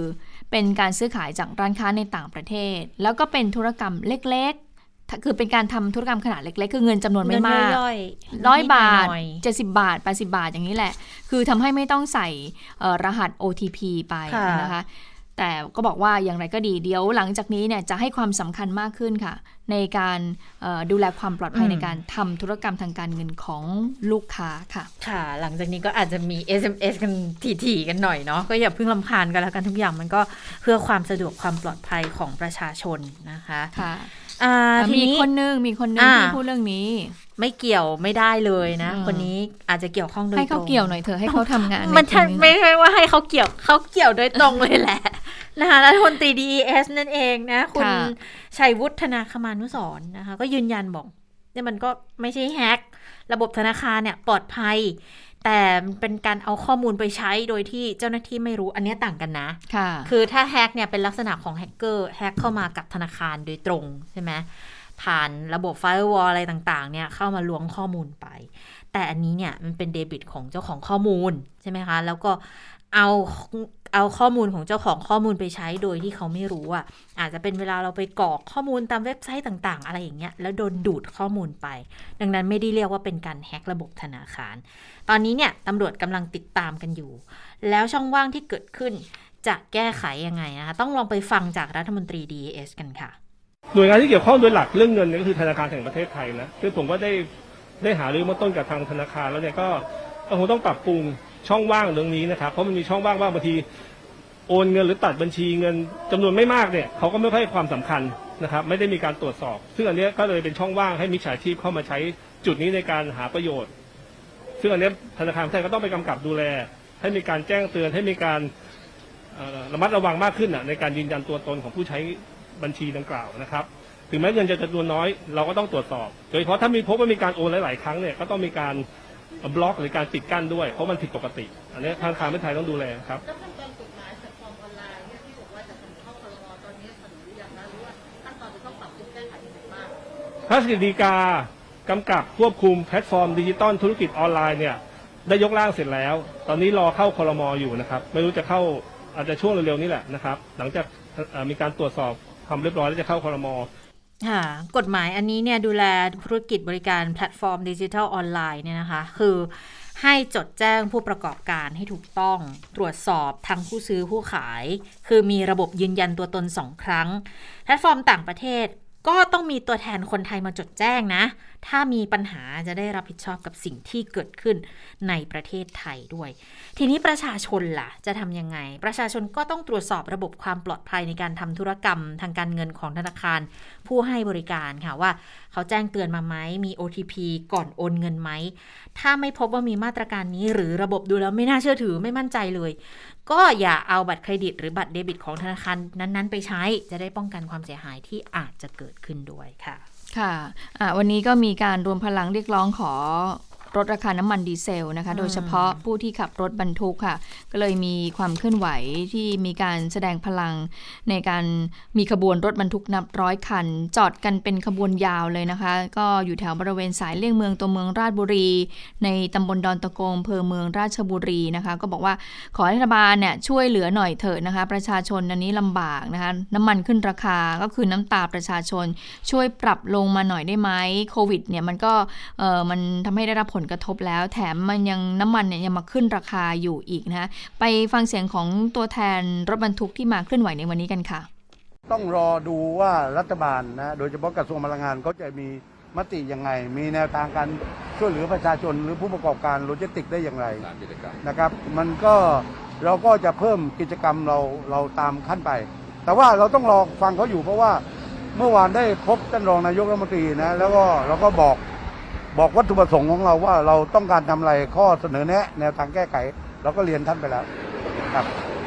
เป็นการซื้อขายจากร้านค้าในต่างประเทศแล้วก็เป็นธุรกรรมเล็กๆคือเป็นการทำธุรกรรมขนาดเล็กๆคือเงินจำนวนไม่มาก100 บาท70 บาท80 บาทอย่างนี้แหละคือทำให้ไม่ต้องใส่รหัส OTP ไปนะคะแต่ก็บอกว่าอย่างไรก็ดีเดี๋ยวหลังจากนี้เนี่ยจะให้ความสำคัญมากขึ้นค่ะในการดูแลความปลอดภัยในการทำธุรกรรมทางการเงินของลูกค้าค่ะค่ะหลังจากนี้ก็อาจจะมี SMS กันถี่ๆกันหน่อยเนาะก็อย่าเพิ่งรำคาญกันแล้วกันทุกอย่างมันก็เพื่อความสะดวกความปลอดภัยของประชาชนนะคะค่ะมีคนนึงที่พูดเรื่องนี้ไม่เกี่ยวไม่ได้เลยนะคนนี้อาจจะเกี่ยวข้องโดยตรงให้เขาเกี่ยวหน่อยเถอะให้เขาทำงานมันไม่ใช่ว่าให้เขาเกี่ยวโดยตรงเลยแหละนะคะรัฐมนตรี DES นั่นเองนะคุณชัยวุฒิธนาคมานุสรณ์นะคะก็ยืนยันบอกเนี่ยมันก็ไม่ใช่แฮกระบบธนาคารเนี่ยปลอดภัยแต่เป็นการเอาข้อมูลไปใช้โดยที่เจ้าหน้าที่ไม่รู้อันนี้ต่างกันนะคือถ้าแฮกเนี่ยเป็นลักษณะของแฮกเกอร์แฮกเข้ามากับธนาคารโดยตรงใช่ไหมผ่านระบบไฟร์วอลอะไรต่างๆเนี่ยเข้ามาล้วงข้อมูลไปแต่อันนี้เนี่ยมันเป็นเดบิตของเจ้าของข้อมูลใช่ไหมคะแล้วก็เอาข้อมูลของเจ้าของข้อมูลไปใช้โดยที่เขาไม่รู้อ่ะอาจจะเป็นเวลาเราไปกรอกข้อมูลตามเว็บไซต์ต่างๆอะไรอย่างเงี้ยแล้วโดนดูดข้อมูลไปดังนั้นไม่ได้เรียกว่าเป็นการแฮกระบบธนาคารตอนนี้เนี่ยตำรวจกำลังติดตามกันอยู่แล้วช่องว่างที่เกิดขึ้นจะแก้ไขยังไงนะคะต้องลองไปฟังจากรัฐมนตรี DES กันค่ะหน่วยงานที่เกี่ยวข้องโดยหลักเรื่องเงินก็คือธนาคารแห่งประเทศไทยนะคือผมก็ได้หารือเมื่อต้นกับทางธนาคารแล้วเนี่ยก็คงต้องปรับปรุงช่องว่างเรื่องนี้นะครับเพราะมันมีช่องว่างว่าบางทีโอนเงินหรือตัดบัญชีเงินจำนวนไม่มากเนี่ยเขาก็ไม่ค่อยให้ความสำคัญนะครับไม่ได้มีการตรวจสอบซึ่งอันนี้ก็เลยเป็นช่องว่างให้มิจฉาชีพเข้ามาใช้จุดนี้ในการหาประโยชน์ซึ่งอันนี้ธนาคารไทยก็ต้องไปกำกับดูแลให้มีการแจ้งเตือนให้มีการระมัดระวังมากขึ้นในการยืนยันตัวตนของผู้ใช้บัญชีดังกล่าวนะครับถึงแม้เงินจะจำนวนน้อยเราก็ต้องตรวจสอบโดยเฉพาะถ้ามีพบว่ามีการโอนหลายๆครั้งเนี่ยก็ต้องมีการบล็อกหรือการปิดกั้นด้วยเพราะมันผิดปกติอันนี้ธนาคารไทยต้องดูแลครับแล้วขั้นตอนกฎหมายแพลตฟอร์มออนไลน์เนี่ยที่บอกว่าจะเสนอเข้าครม.ตอนนี้เสนอหรือยังนะหรือว่าขั้นตอนจะต้องปรับปรุงแก้ไขยังไงบ้างพระราชกฤษฎีกากำกับควบคุมแพลตฟอร์มดิจิตอลธุรกิจออนไลน์เนี่ยได้ยกร่างเสร็จแล้วตอนนี้รอเข้าครม.อยู่นะครับไม่รู้จะเข้าอาจจะช่วงเร็วๆนี้แหละนะครับหลังจากมีการตรวจสอบทำเรียบร้อยแล้วจะเข้าครม. ค่ะกฎหมายอันนี้เนี่ยดูแลธุรกิจบริการแพลตฟอร์มดิจิทัลออนไลน์เนี่ยนะคะคือให้จดแจ้งผู้ประกอบการให้ถูกต้องตรวจสอบทั้งผู้ซื้อผู้ขายคือมีระบบยืนยันตัวตน2 ครั้งแพลตฟอร์มต่างประเทศก็ต้องมีตัวแทนคนไทยมาจดแจ้งนะถ้ามีปัญหาจะได้รับผิดชอบกับสิ่งที่เกิดขึ้นในประเทศไทยด้วยทีนี้ประชาชนล่ะจะทำยังไงประชาชนก็ต้องตรวจสอบระบบความปลอดภัยในการทำธุรกรรมทางการเงินของธนาคารผู้ให้บริการค่ะว่าเขาแจ้งเตือนมาไหมมี OTP ก่อนโอนเงินไหมถ้าไม่พบว่ามีมาตรการนี้หรือระบบดูแล้วไม่น่าเชื่อถือไม่มั่นใจเลยก็อย่าเอาบัตรเครดิตหรือบัตรเดบิตของธนาคารนั้นๆไปใช้จะได้ป้องกันความเสียหายที่อาจจะเกิดขึ้นด้วยค่ะค่ะวันนี้ก็มีการรวมพลังเรียกร้องขอลดราคาน้ำมันดีเซลนะคะโดยเฉพาะผู้ที่ขับรถบรรทุกค่ะก็เลยมีความเคลื่อนไหวที่มีการแสดงพลังในการมีขบวนรถบรรทุกนับร้อยคันจอดกันเป็นขบวนยาวเลยนะคะก็อยู่แถวบริเวณสายเลี่ยงเมืองตัวเมืองราชบุรีในตำบลดอนตะโกอำเภอเมืองราชบุรีนะคะก็บอกว่าขอให้รัฐบาลเนี่ยช่วยเหลือหน่อยเถอะนะคะประชาชนอันนี้ลำบากนะคะน้ำมันขึ้นราคาก็คือน้ำตาประชาชนช่วยปรับลงมาหน่อยได้ไหมโควิดเนี่ยมันก็มันทำให้ได้รับผลกระทบแล้วแถมมันยังน้ำมันเนี่ยยังมาขึ้นราคาอยู่อีกนะไปฟังเสียงของตัวแทนรถบรรทุกที่มาเคลื่อนไหวในวันนี้กันค่ะต้องรอดูว่ารัฐบาลนะโดยเฉพาะกระทรวงพลังงานเขาจะมีมติยังไงมีแนวทางการช่วยเหลือประชาชนหรือผู้ประกอบการโลจิสติกส์ได้อย่างไรนะครับมันก็เราก็จะเพิ่มกิจกรรมเราตามขั้นไปแต่ว่าเราต้องรอฟังเขาอยู่เพราะว่าเมื่อวานได้พบท่านรองนายกรัฐมนตรีนะแล้วก็เราก็บอกวัตถุประสงค์ของเราว่าเราต้องการทำอะไรข้อเสนอแนะแนวทางแก้ไขเราก็เรียนท่านไปแล้วครับ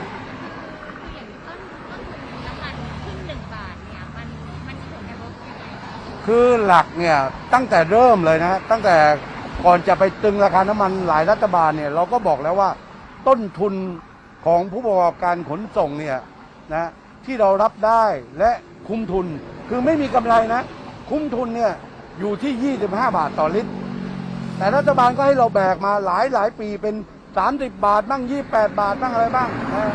คือหลักเนี่ยตั้งแต่เริ่มเลยนะตั้งแต่ก่อนจะไปตึงราคาน้ำมันหลายรัฐบาลเนี่ยเราก็บอกแล้วว่าต้นทุนของผู้ประกอบการขนส่งเนี่ยนะที่เรารับได้และคุ้มทุนคือไม่มีกำไรนะคุ้มทุนเนี่ยอยู่ที่25 บาทต่อลิตรแต่รัฐบาลก็ให้เราแบกมาหลายปีเป็น30 บาทบ้าง28 บาทบ้างอะไรบ้างนะ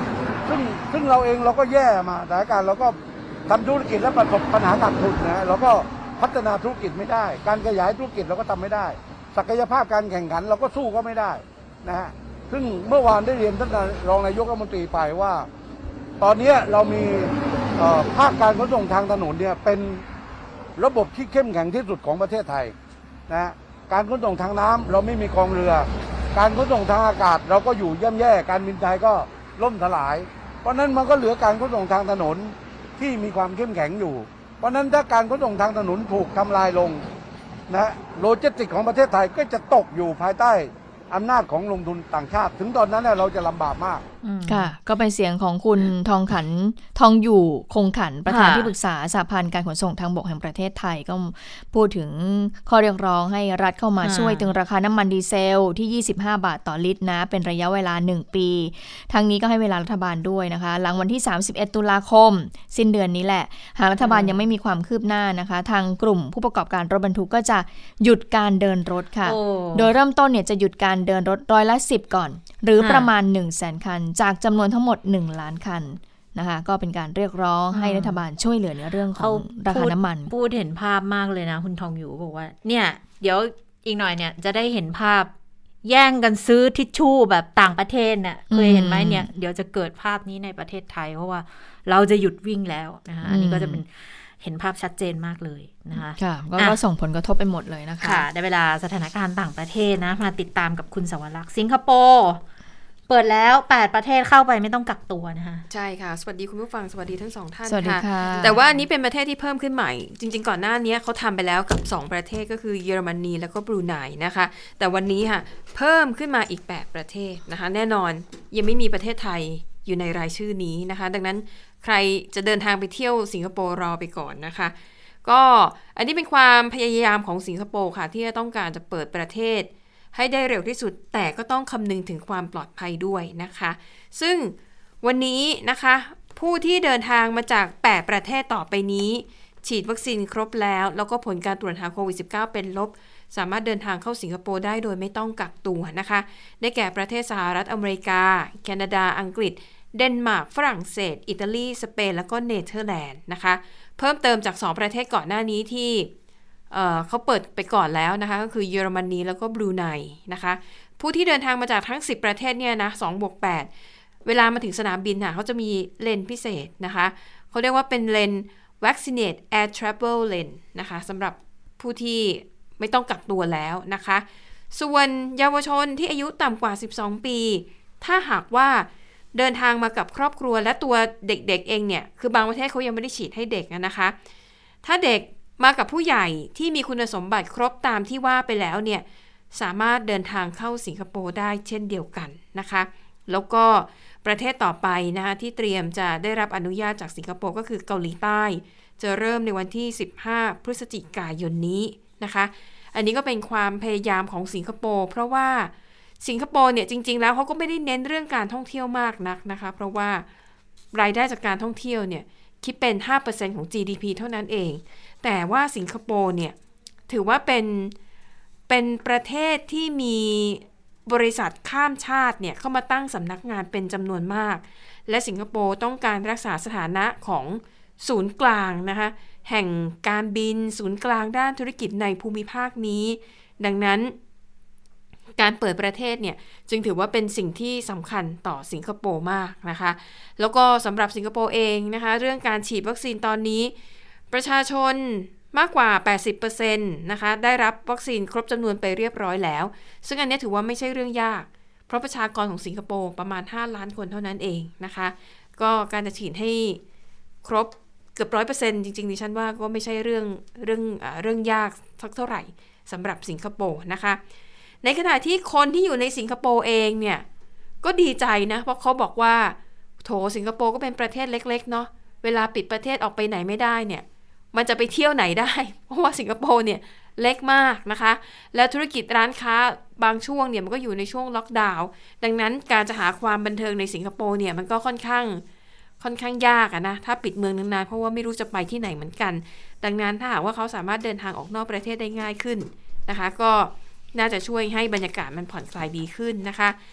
ซึ่งเราเองเราก็แย่มาสถานการณ์เราก็ทำธุรกิจแล้วประสบปัญหาขาดทุนนะเราก็พัฒนาธุรกิจไม่ได้การขยายธุรกิจเราก็ทำไม่ได้ศักยภาพการแข่งขันเราก็สู้ก็ไม่ได้นะฮะซึ่งเมื่อวานได้เรียนท่านรองนายกรัฐมนตรีไปว่าตอนนี้เรามีภาคการขนส่งทางถนนเนี่ยเป็นระบบที่เข้มแข็งที่สุดของประเทศไทยนะการขนส่งทางน้ำเราไม่มีกองเรือการขนส่งทางอากาศเราก็อยู่ย่ำแย่การบินไทยก็ล่มสลายเพราะนั้นมันก็เหลือการขนส่งทางถนนที่มีความเข้มแข็งอยู่เพราะนั้นถ้าการขนส่งทางถนนถูกทำลายลงนะโลจิสติกส์ของประเทศไทยก็จะตกอยู่ภายใต้อำนาจของลงทุนต่างชาติถึงตอนนั้นเราจะลำบากมากค่ะก็เป็นเสียงของคุณทองอยู่คงขันประธานที่ปรึกษาสหพันธ์การขนส่งทางบกแห่งประเทศไทยก็พูดถึงข้อเรียกร้องให้รัฐเข้ามาช่วยตึงราคาน้ำมันดีเซลที่25 บาทต่อลิตรนะเป็นระยะเวลา1 ปีทั้งนี้ก็ให้เวลารัฐบาลด้วยนะคะหลังวันที่31 ตุลาคมสิ้นเดือนนี้แหละหากรัฐบาลยังไม่มีความคืบหน้านะคะทางกลุ่มผู้ประกอบการรถบรรทุกก็จะหยุดการเดินรถค่ะโดยเริ่มต้นเนี่ยจะหยุดการเดินรถ10%ก่อนหรือประมาณ 100,000 คันจากจำนวนทั้งหมด1 ล้านคันนะคะก็เป็นการเรียกร้องให้รัฐบาลช่วยเหลือในเรื่องของราคาน้ำมันพูดเห็นภาพมากเลยนะคุณทองอยู่บอกว่าเนี่ยเดี๋ยวอีกหน่อยเนี่ยจะได้เห็นภาพแย่งกันซื้อทิชชู่แบบต่างประเทศเนี่ยเคยเห็นไหมเนี่ยเดี๋ยวจะเกิดภาพนี้ในประเทศไทยเพราะว่าเราจะหยุดวิ่งแล้วนะคะอันนี้ก็จะเป็นเห็นภาพชัดเจนมากเลยนะคะค่ะก็ส่งผลกระทบไปหมดเลยนะคะค่ะได้เวลาสถานการณ์ต่างประเทศนะมาติดตามกับคุณสวรักษ์สิงคโปร์เปิดแล้ว8 ประเทศเข้าไปไม่ต้องกักตัวนะคะใช่ค่ะสวัสดีคุณผู้ฟังสวัสดีทั้ง2 ท่านสวัสดีค่ะแต่ว่านี้เป็นประเทศที่เพิ่มขึ้นใหม่จริงๆก่อนหน้านี้เขาทำไปแล้วกับ2 ประเทศก็คือเยอรมนีแล้วก็บรูไนนะคะแต่วันนี้ค่ะเพิ่มขึ้นมาอีก8 ประเทศนะคะแน่นอนยังไม่มีประเทศไทยอยู่ในรายชื่อนี้นะคะดังนั้นใครจะเดินทางไปเที่ยวสิงคโปร์รอไปก่อนนะคะก็อันนี้เป็นความพยายามของสิงคโปร์ค่ะที่จะต้องการจะเปิดประเทศให้ได้เร็วที่สุดแต่ก็ต้องคำนึงถึงความปลอดภัยด้วยนะคะซึ่งวันนี้นะคะผู้ที่เดินทางมาจาก8 ประเทศต่อไปนี้ฉีดวัคซีนครบแล้วก็ผลการตรวจหาโควิด -19 เป็นลบสามารถเดินทางเข้าสิงคโปร์ได้โดยไม่ต้องกักตัวนะคะได้แก่ประเทศสหรัฐอเมริกาแคนาดาอังกฤษเดนมาร์กฝรั่งเศสอิตาลีสเปนแล้วก็เนเธอร์แลนด์นะคะเพิ่มเติมจาก2 ประเทศก่อนหน้านี้ที่เขาเปิดไปก่อนแล้วนะคะก็คือเยอรมนีแล้วก็บรูไนนะคะผู้ที่เดินทางมาจากทั้ง10 ประเทศเนี่ยนะ2+8เวลามาถึงสนามบินค่ะเขาจะมีเลนพิเศษนะคะเขาเรียกว่าเป็นเลน Vaccinate Air Travel Lane นะคะสำหรับผู้ที่ไม่ต้องกักตัวแล้วนะคะส่วนเยาวชนที่อายุต่ำกว่า12 ปีถ้าหากว่าเดินทางมากับครอบครัวและตัวเด็กๆเองเนี่ยคือบางประเทศเขายังไม่ได้ฉีดให้เด็กนะคะถ้าเด็กมากับผู้ใหญ่ที่มีคุณสมบัติครบตามที่ว่าไปแล้วเนี่ยสามารถเดินทางเข้าสิงคโปร์ได้เช่นเดียวกันนะคะแล้วก็ประเทศต่อไปนะคะที่เตรียมจะได้รับอนุญาตจากสิงคโปร์ก็คือเกาหลีใต้จะเริ่มในวันที่15 พฤศจิกายนนี้นะคะอันนี้ก็เป็นความพยายามของสิงคโปร์เพราะว่าสิงคโปร์เนี่ยจริงๆแล้วเขาก็ไม่ได้เน้นเรื่องการท่องเที่ยวมากนักนะคะเพราะว่ารายได้จากการท่องเที่ยวเนี่ยคิดเป็น 5% ของ GDP เท่านั้นเองแต่ว่าสิงคโปร์เนี่ยถือว่าเป็นประเทศที่มีบริษัทข้ามชาติเนี่ยเข้ามาตั้งสำนักงานเป็นจำนวนมากและสิงคโปร์ต้องการรักษาสถานะของศูนย์กลางนะคะแห่งการบินศูนย์กลางด้านธุรกิจในภูมิภาคนี้ดังนั้นการเปิดประเทศเนี่ยจึงถือว่าเป็นสิ่งที่สำคัญต่อสิงคโปร์มากนะคะแล้วก็สำหรับสิงคโปร์เองนะคะเรื่องการฉีดวัคซีนตอนนี้ประชาชนมากกว่า 80% นะคะได้รับวัคซีนครบจำนวนไปเรียบร้อยแล้วซึ่งอันนี้ถือว่าไม่ใช่เรื่องยากเพราะประชากรของสิงคโปร์ประมาณ5 ล้านคนเท่านั้นเองนะคะก็การจะฉีดให้ครบเกือบ 100% จริงๆดิฉันว่าก็ไม่ใช่เรื่องยากสักเท่าไหร่สำหรับสิงคโปร์นะคะในขณะที่คนที่อยู่ในสิงคโปร์เองเนี่ยก็ดีใจนะเพราะเขาบอกว่าโถสิงคโปร์ก็เป็นประเทศเล็กๆเนาะเวลาปิดประเทศออกไปไหนไม่ได้เนี่ยมันจะไปเที่ยวไหนได้เพราะว่าสิงคโปร์เนี่ยเล็กมากนะคะและธุรกิจร้านค้าบางช่วงเนี่ยมันก็อยู่ในช่วงล็อกดาวน์ดังนั้นการจะหาความบันเทิงในสิงคโปร์เนี่ยมันก็ค่อนข้างยากนะถ้าปิดเมืองนานๆเพราะว่าไม่รู้จะไปที่ไหนเหมือนกันดังนั้นถ้าหากว่าเขาสามารถเดินทางออกนอกประเทศได้ง่ายขึ้นนะคะก็น่าจะช่วยให้บรรยากาศมันผ่อนคลายดีขึ้นนะคะ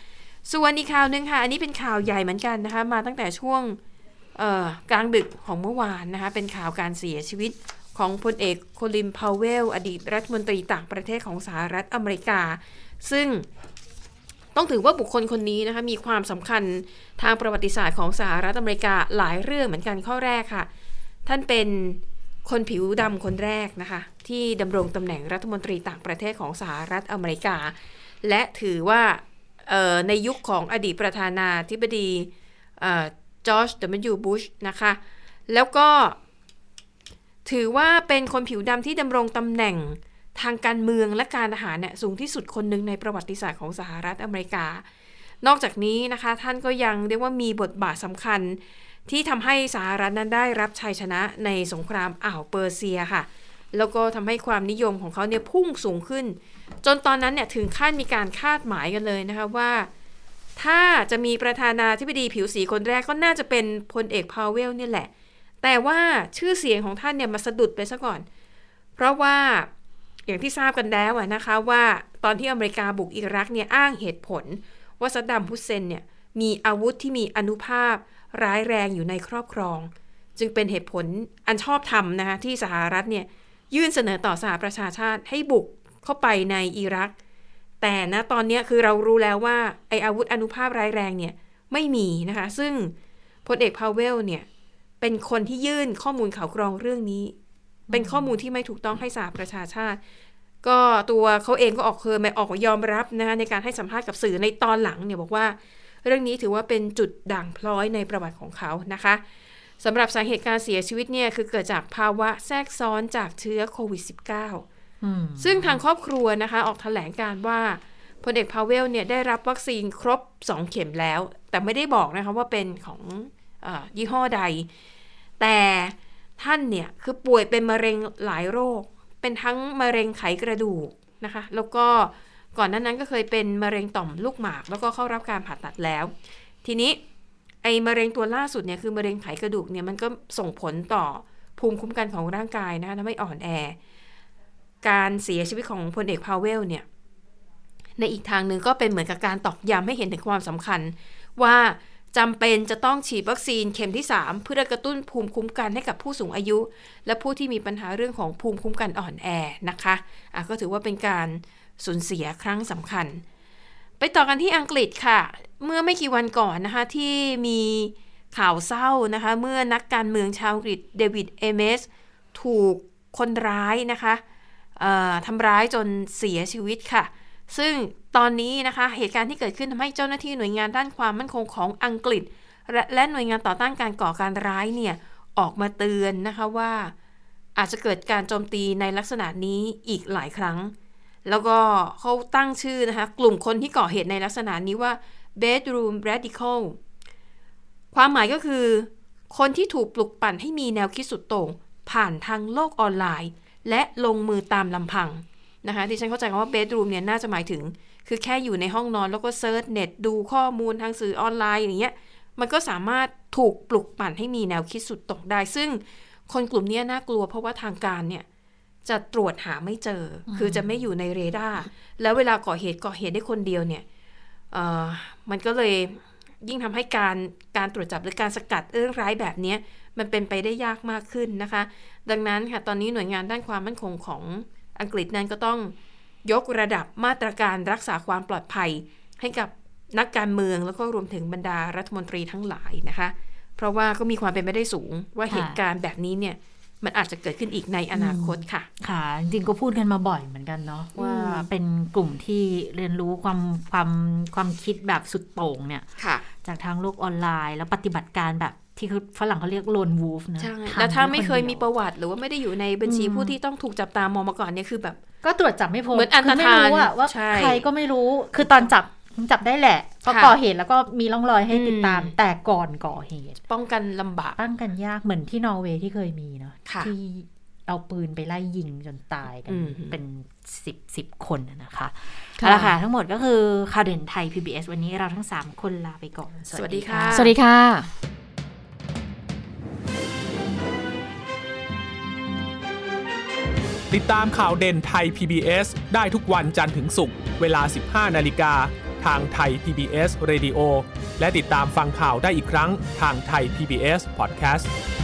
ส่วนอีกข่าวนึงค่ะอันนี้เป็นข่าวใหญ่เหมือนกันนะคะมาตั้งแต่ช่วงกลางดึกของเมื่อวานนะคะเป็นข่าวการเสียชีวิตของพลเอกโคลิน พาวเวลอดีตรัฐมนตรีต่างประเทศของสหรัฐอเมริกาซึ่งต้องถือว่าบุคคลคนนี้นะคะมีความสำคัญทางประวัติศาสตร์ของสหรัฐอเมริกาหลายเรื่องเหมือนกันข้อแรกค่ะท่านเป็นคนผิวดำคนแรกนะคะที่ดำรงตำแหน่งรัฐมนตรีต่างประเทศของสหรัฐอเมริกาและถือว่าในยุคของอดีตประธานาธิบดีจอร์จ W. บุชนะคะแล้วก็ถือว่าเป็นคนผิวดำที่ดำรงตำแหน่งทางการเมืองและการทหารเนี่ยสูงที่สุดคนหนึ่งในประวัติศาสตร์ของสหรัฐอเมริกานอกจากนี้นะคะท่านก็ยังเรียกว่ามีบทบาทสำคัญที่ทำให้สหรัฐนั้นได้รับชัยชนะในสงครามอ่าวเปอร์เซียค่ะแล้วก็ทำให้ความนิยมของเขาเนี่ยพุ่งสูงขึ้นจนตอนนั้นเนี่ยถึงขั้นมีการคาดหมายกันเลยนะคะว่าถ้าจะมีประธานาธิบดีผิวสีคนแรกก็น่าจะเป็นพลเอกพาวเวลเนี่ยแหละแต่ว่าชื่อเสียงของท่านเนี่ยมาสะดุดไปซะก่อนเพราะว่าอย่างที่ทราบกันแล้วนะคะว่าตอนที่อเมริกาบุกอิรักเนี่ยอ้างเหตุผลว่าซัดดัม ฮุสเซนเนี่ยมีอาวุธที่มีอานุภาพร้ายแรงอยู่ในครอบครองจึงเป็นเหตุผลอันชอบธรรมนะคะที่สหรัฐเนี่ยยื่นเสนอต่อสหประชาชาติให้บุกเข้าไปในอิรักแต่นะตอนนี้คือเรารู้แล้วว่าไอ้อาวุธอานุภาพร้ายแรงเนี่ยไม่มีนะคะซึ่งพลเอกพาวเวลเนี่ยเป็นคนที่ยื่นข้อมูลข่าวกรองเรื่องนี้เป็นข้อมูลที่ไม่ถูกต้องให้สหประชาชาติก็ตัวเขาเองก็ออกมายอมรับนะคะในการให้สัมภาษณ์กับสื่อในตอนหลังเนี่ยบอกว่าเรื่องนี้ถือว่าเป็นจุดด่างพร้อยในประวัติของเขานะคะสำหรับสาเหตุการเสียชีวิตเนี่ยคือเกิดจากภาวะแทรกซ้อนจากเชื้อโควิด -19 ซึ่งทางครอบครัวนะคะออกแถลงการว่าพลเอกพาวเวลเนี่ยได้รับวัคซีนครบ2เข็มแล้วแต่ไม่ได้บอกนะคะว่าเป็นของยี่ห้อใดแต่ท่านเนี่ยคือป่วยเป็นมะเร็งหลายโรคเป็นทั้งมะเร็งไขกระดูกนะคะแล้วก็ก่อนหน้านั้นก็เคยเป็นมะเร็งต่อมลูกหมากแล้วก็เข้ารับการผ่าตัดแล้วทีนี้ไอ้มะเร็งตัวล่าสุดเนี่ยคือมะเร็งไขกระดูกเนี่ยมันก็ส่งผลต่อภูมิคุ้มกันของร่างกายนะคะทำให้อ่อนแอการเสียชีวิตของพลเอกพาวเวลเนี่ยในอีกทางหนึ่งก็เป็นเหมือนกับการตอกย้ำให้เห็นถึงความสำคัญว่าจำเป็นจะต้องฉีดวัคซีนเข็มที่3เพื่อกระตุ้นภูมิคุ้มกันให้กับผู้สูงอายุและผู้ที่มีปัญหาเรื่องของภูมิคุ้มกันอ่อนแอนะคะก็ถือว่าเป็นการสูญเสียครั้งสำคัญไปต่อกันที่อังกฤษค่ะเมื่อไม่กี่วันก่อนนะคะที่มีข่าวเศร้านะคะเมื่อนักการเมืองชาวอังกฤษเดวิด เอเมสถูกคนร้ายนะคะทำร้ายจนเสียชีวิตค่ะซึ่งตอนนี้นะคะเหตุการณ์ที่เกิดขึ้นทำให้เจ้าหน้าที่หน่วยงานด้านความมั่นคงของอังกฤษและหน่วยงานต่อต้านการก่อการร้ายเนี่ยออกมาเตือนนะคะว่าอาจจะเกิดการโจมตีในลักษณะนี้อีกหลายครั้งแล้วก็เขาตั้งชื่อนะคะกลุ่มคนที่ก่อเหตุในลักษณะนี้ว่า bedroom radical ความหมายก็คือคนที่ถูกปลุกปั่นให้มีแนวคิดสุดโต่งผ่านทางโลกออนไลน์และลงมือตามลำพังนะคะที่ฉันเข้าใจว่า bedroom เนี่ยน่าจะหมายถึงคือแค่อยู่ในห้องนอนแล้วก็เซิร์ชเน็ตดูข้อมูลทางสื่อออนไลน์อย่างเงี้ยมันก็สามารถถูกปลุกปั่นให้มีแนวคิดสุดโต่งได้ซึ่งคนกลุ่มนี้น่ากลัวเพราะว่าทางการเนี่ยจะตรวจหาไม่เจอคือจะไม่อยู่ในเรดาร์แล้วเวลาก่อเหตุได้คนเดียวเนี่ยมันก็เลยยิ่งทำให้การตรวจจับหรือการสกัดเรื่องร้ายแบบนี้มันเป็นไปได้ยากมากขึ้นนะคะดังนั้นค่ะตอนนี้หน่วยงานด้านความมั่นคงของอังกฤษนั้นก็ต้องยกระดับมาตรการรักษาความปลอดภัยให้กับนักการเมืองแล้วก็รวมถึงบรรดารัฐมนตรีทั้งหลายนะคะเพราะว่าก็มีความเป็นไปได้สูงว่าเหตุการณ์แบบนี้เนี่ยมันอาจจะเกิดขึ้นอีกในอนาคตค่ะค่ะจริงๆก็พูดกันมาบ่อยเหมือนกันเนาะว่าเป็นกลุ่มที่เรียนรู้ความคิดแบบสุดโต่งเนี่ยจากทางโลกออนไลน์แล้วปฏิบัติการแบบที่ฝรั่งเขาเรียกโลนวูฟนะแล้วถ้าไม่เคยมีประวัติหรือว่าไม่ได้อยู่ในบัญชีผู้ที่ต้องถูกจับตามองมาก่อนเนี่ยคือแบบก็ตรวจจับไม่พบเหมือนอันตรธานว่าใครก็ไม่รู้คือตอนจับได้แหละก็ก่อเหตุแล้วก็มีร่องรอยให้ติดตามแต่ก่อนก่อเหตุป้องกันลำบากป้องกันยากเหมือนที่นอร์เวย์ที่เคยมีเนาะที่เอาปืนไปไล่ยิงจนตายกันเป็น10คนนะคะเอาละค่ะทั้งหมดก็คือข่าวเด่นไทย PBS วันนี้เราทั้ง3คนลาไปก่อนสวัสดีค่ะสวัสดีค่ะติดตามข่าวเด่นไทย PBS ได้ทุกวันจันทร์ถึงศุกร์เวลา 15 นาฬิกาทางไทย PBS Radio และติดตามฟังข่าวได้อีกครั้งทางไทย PBS Podcast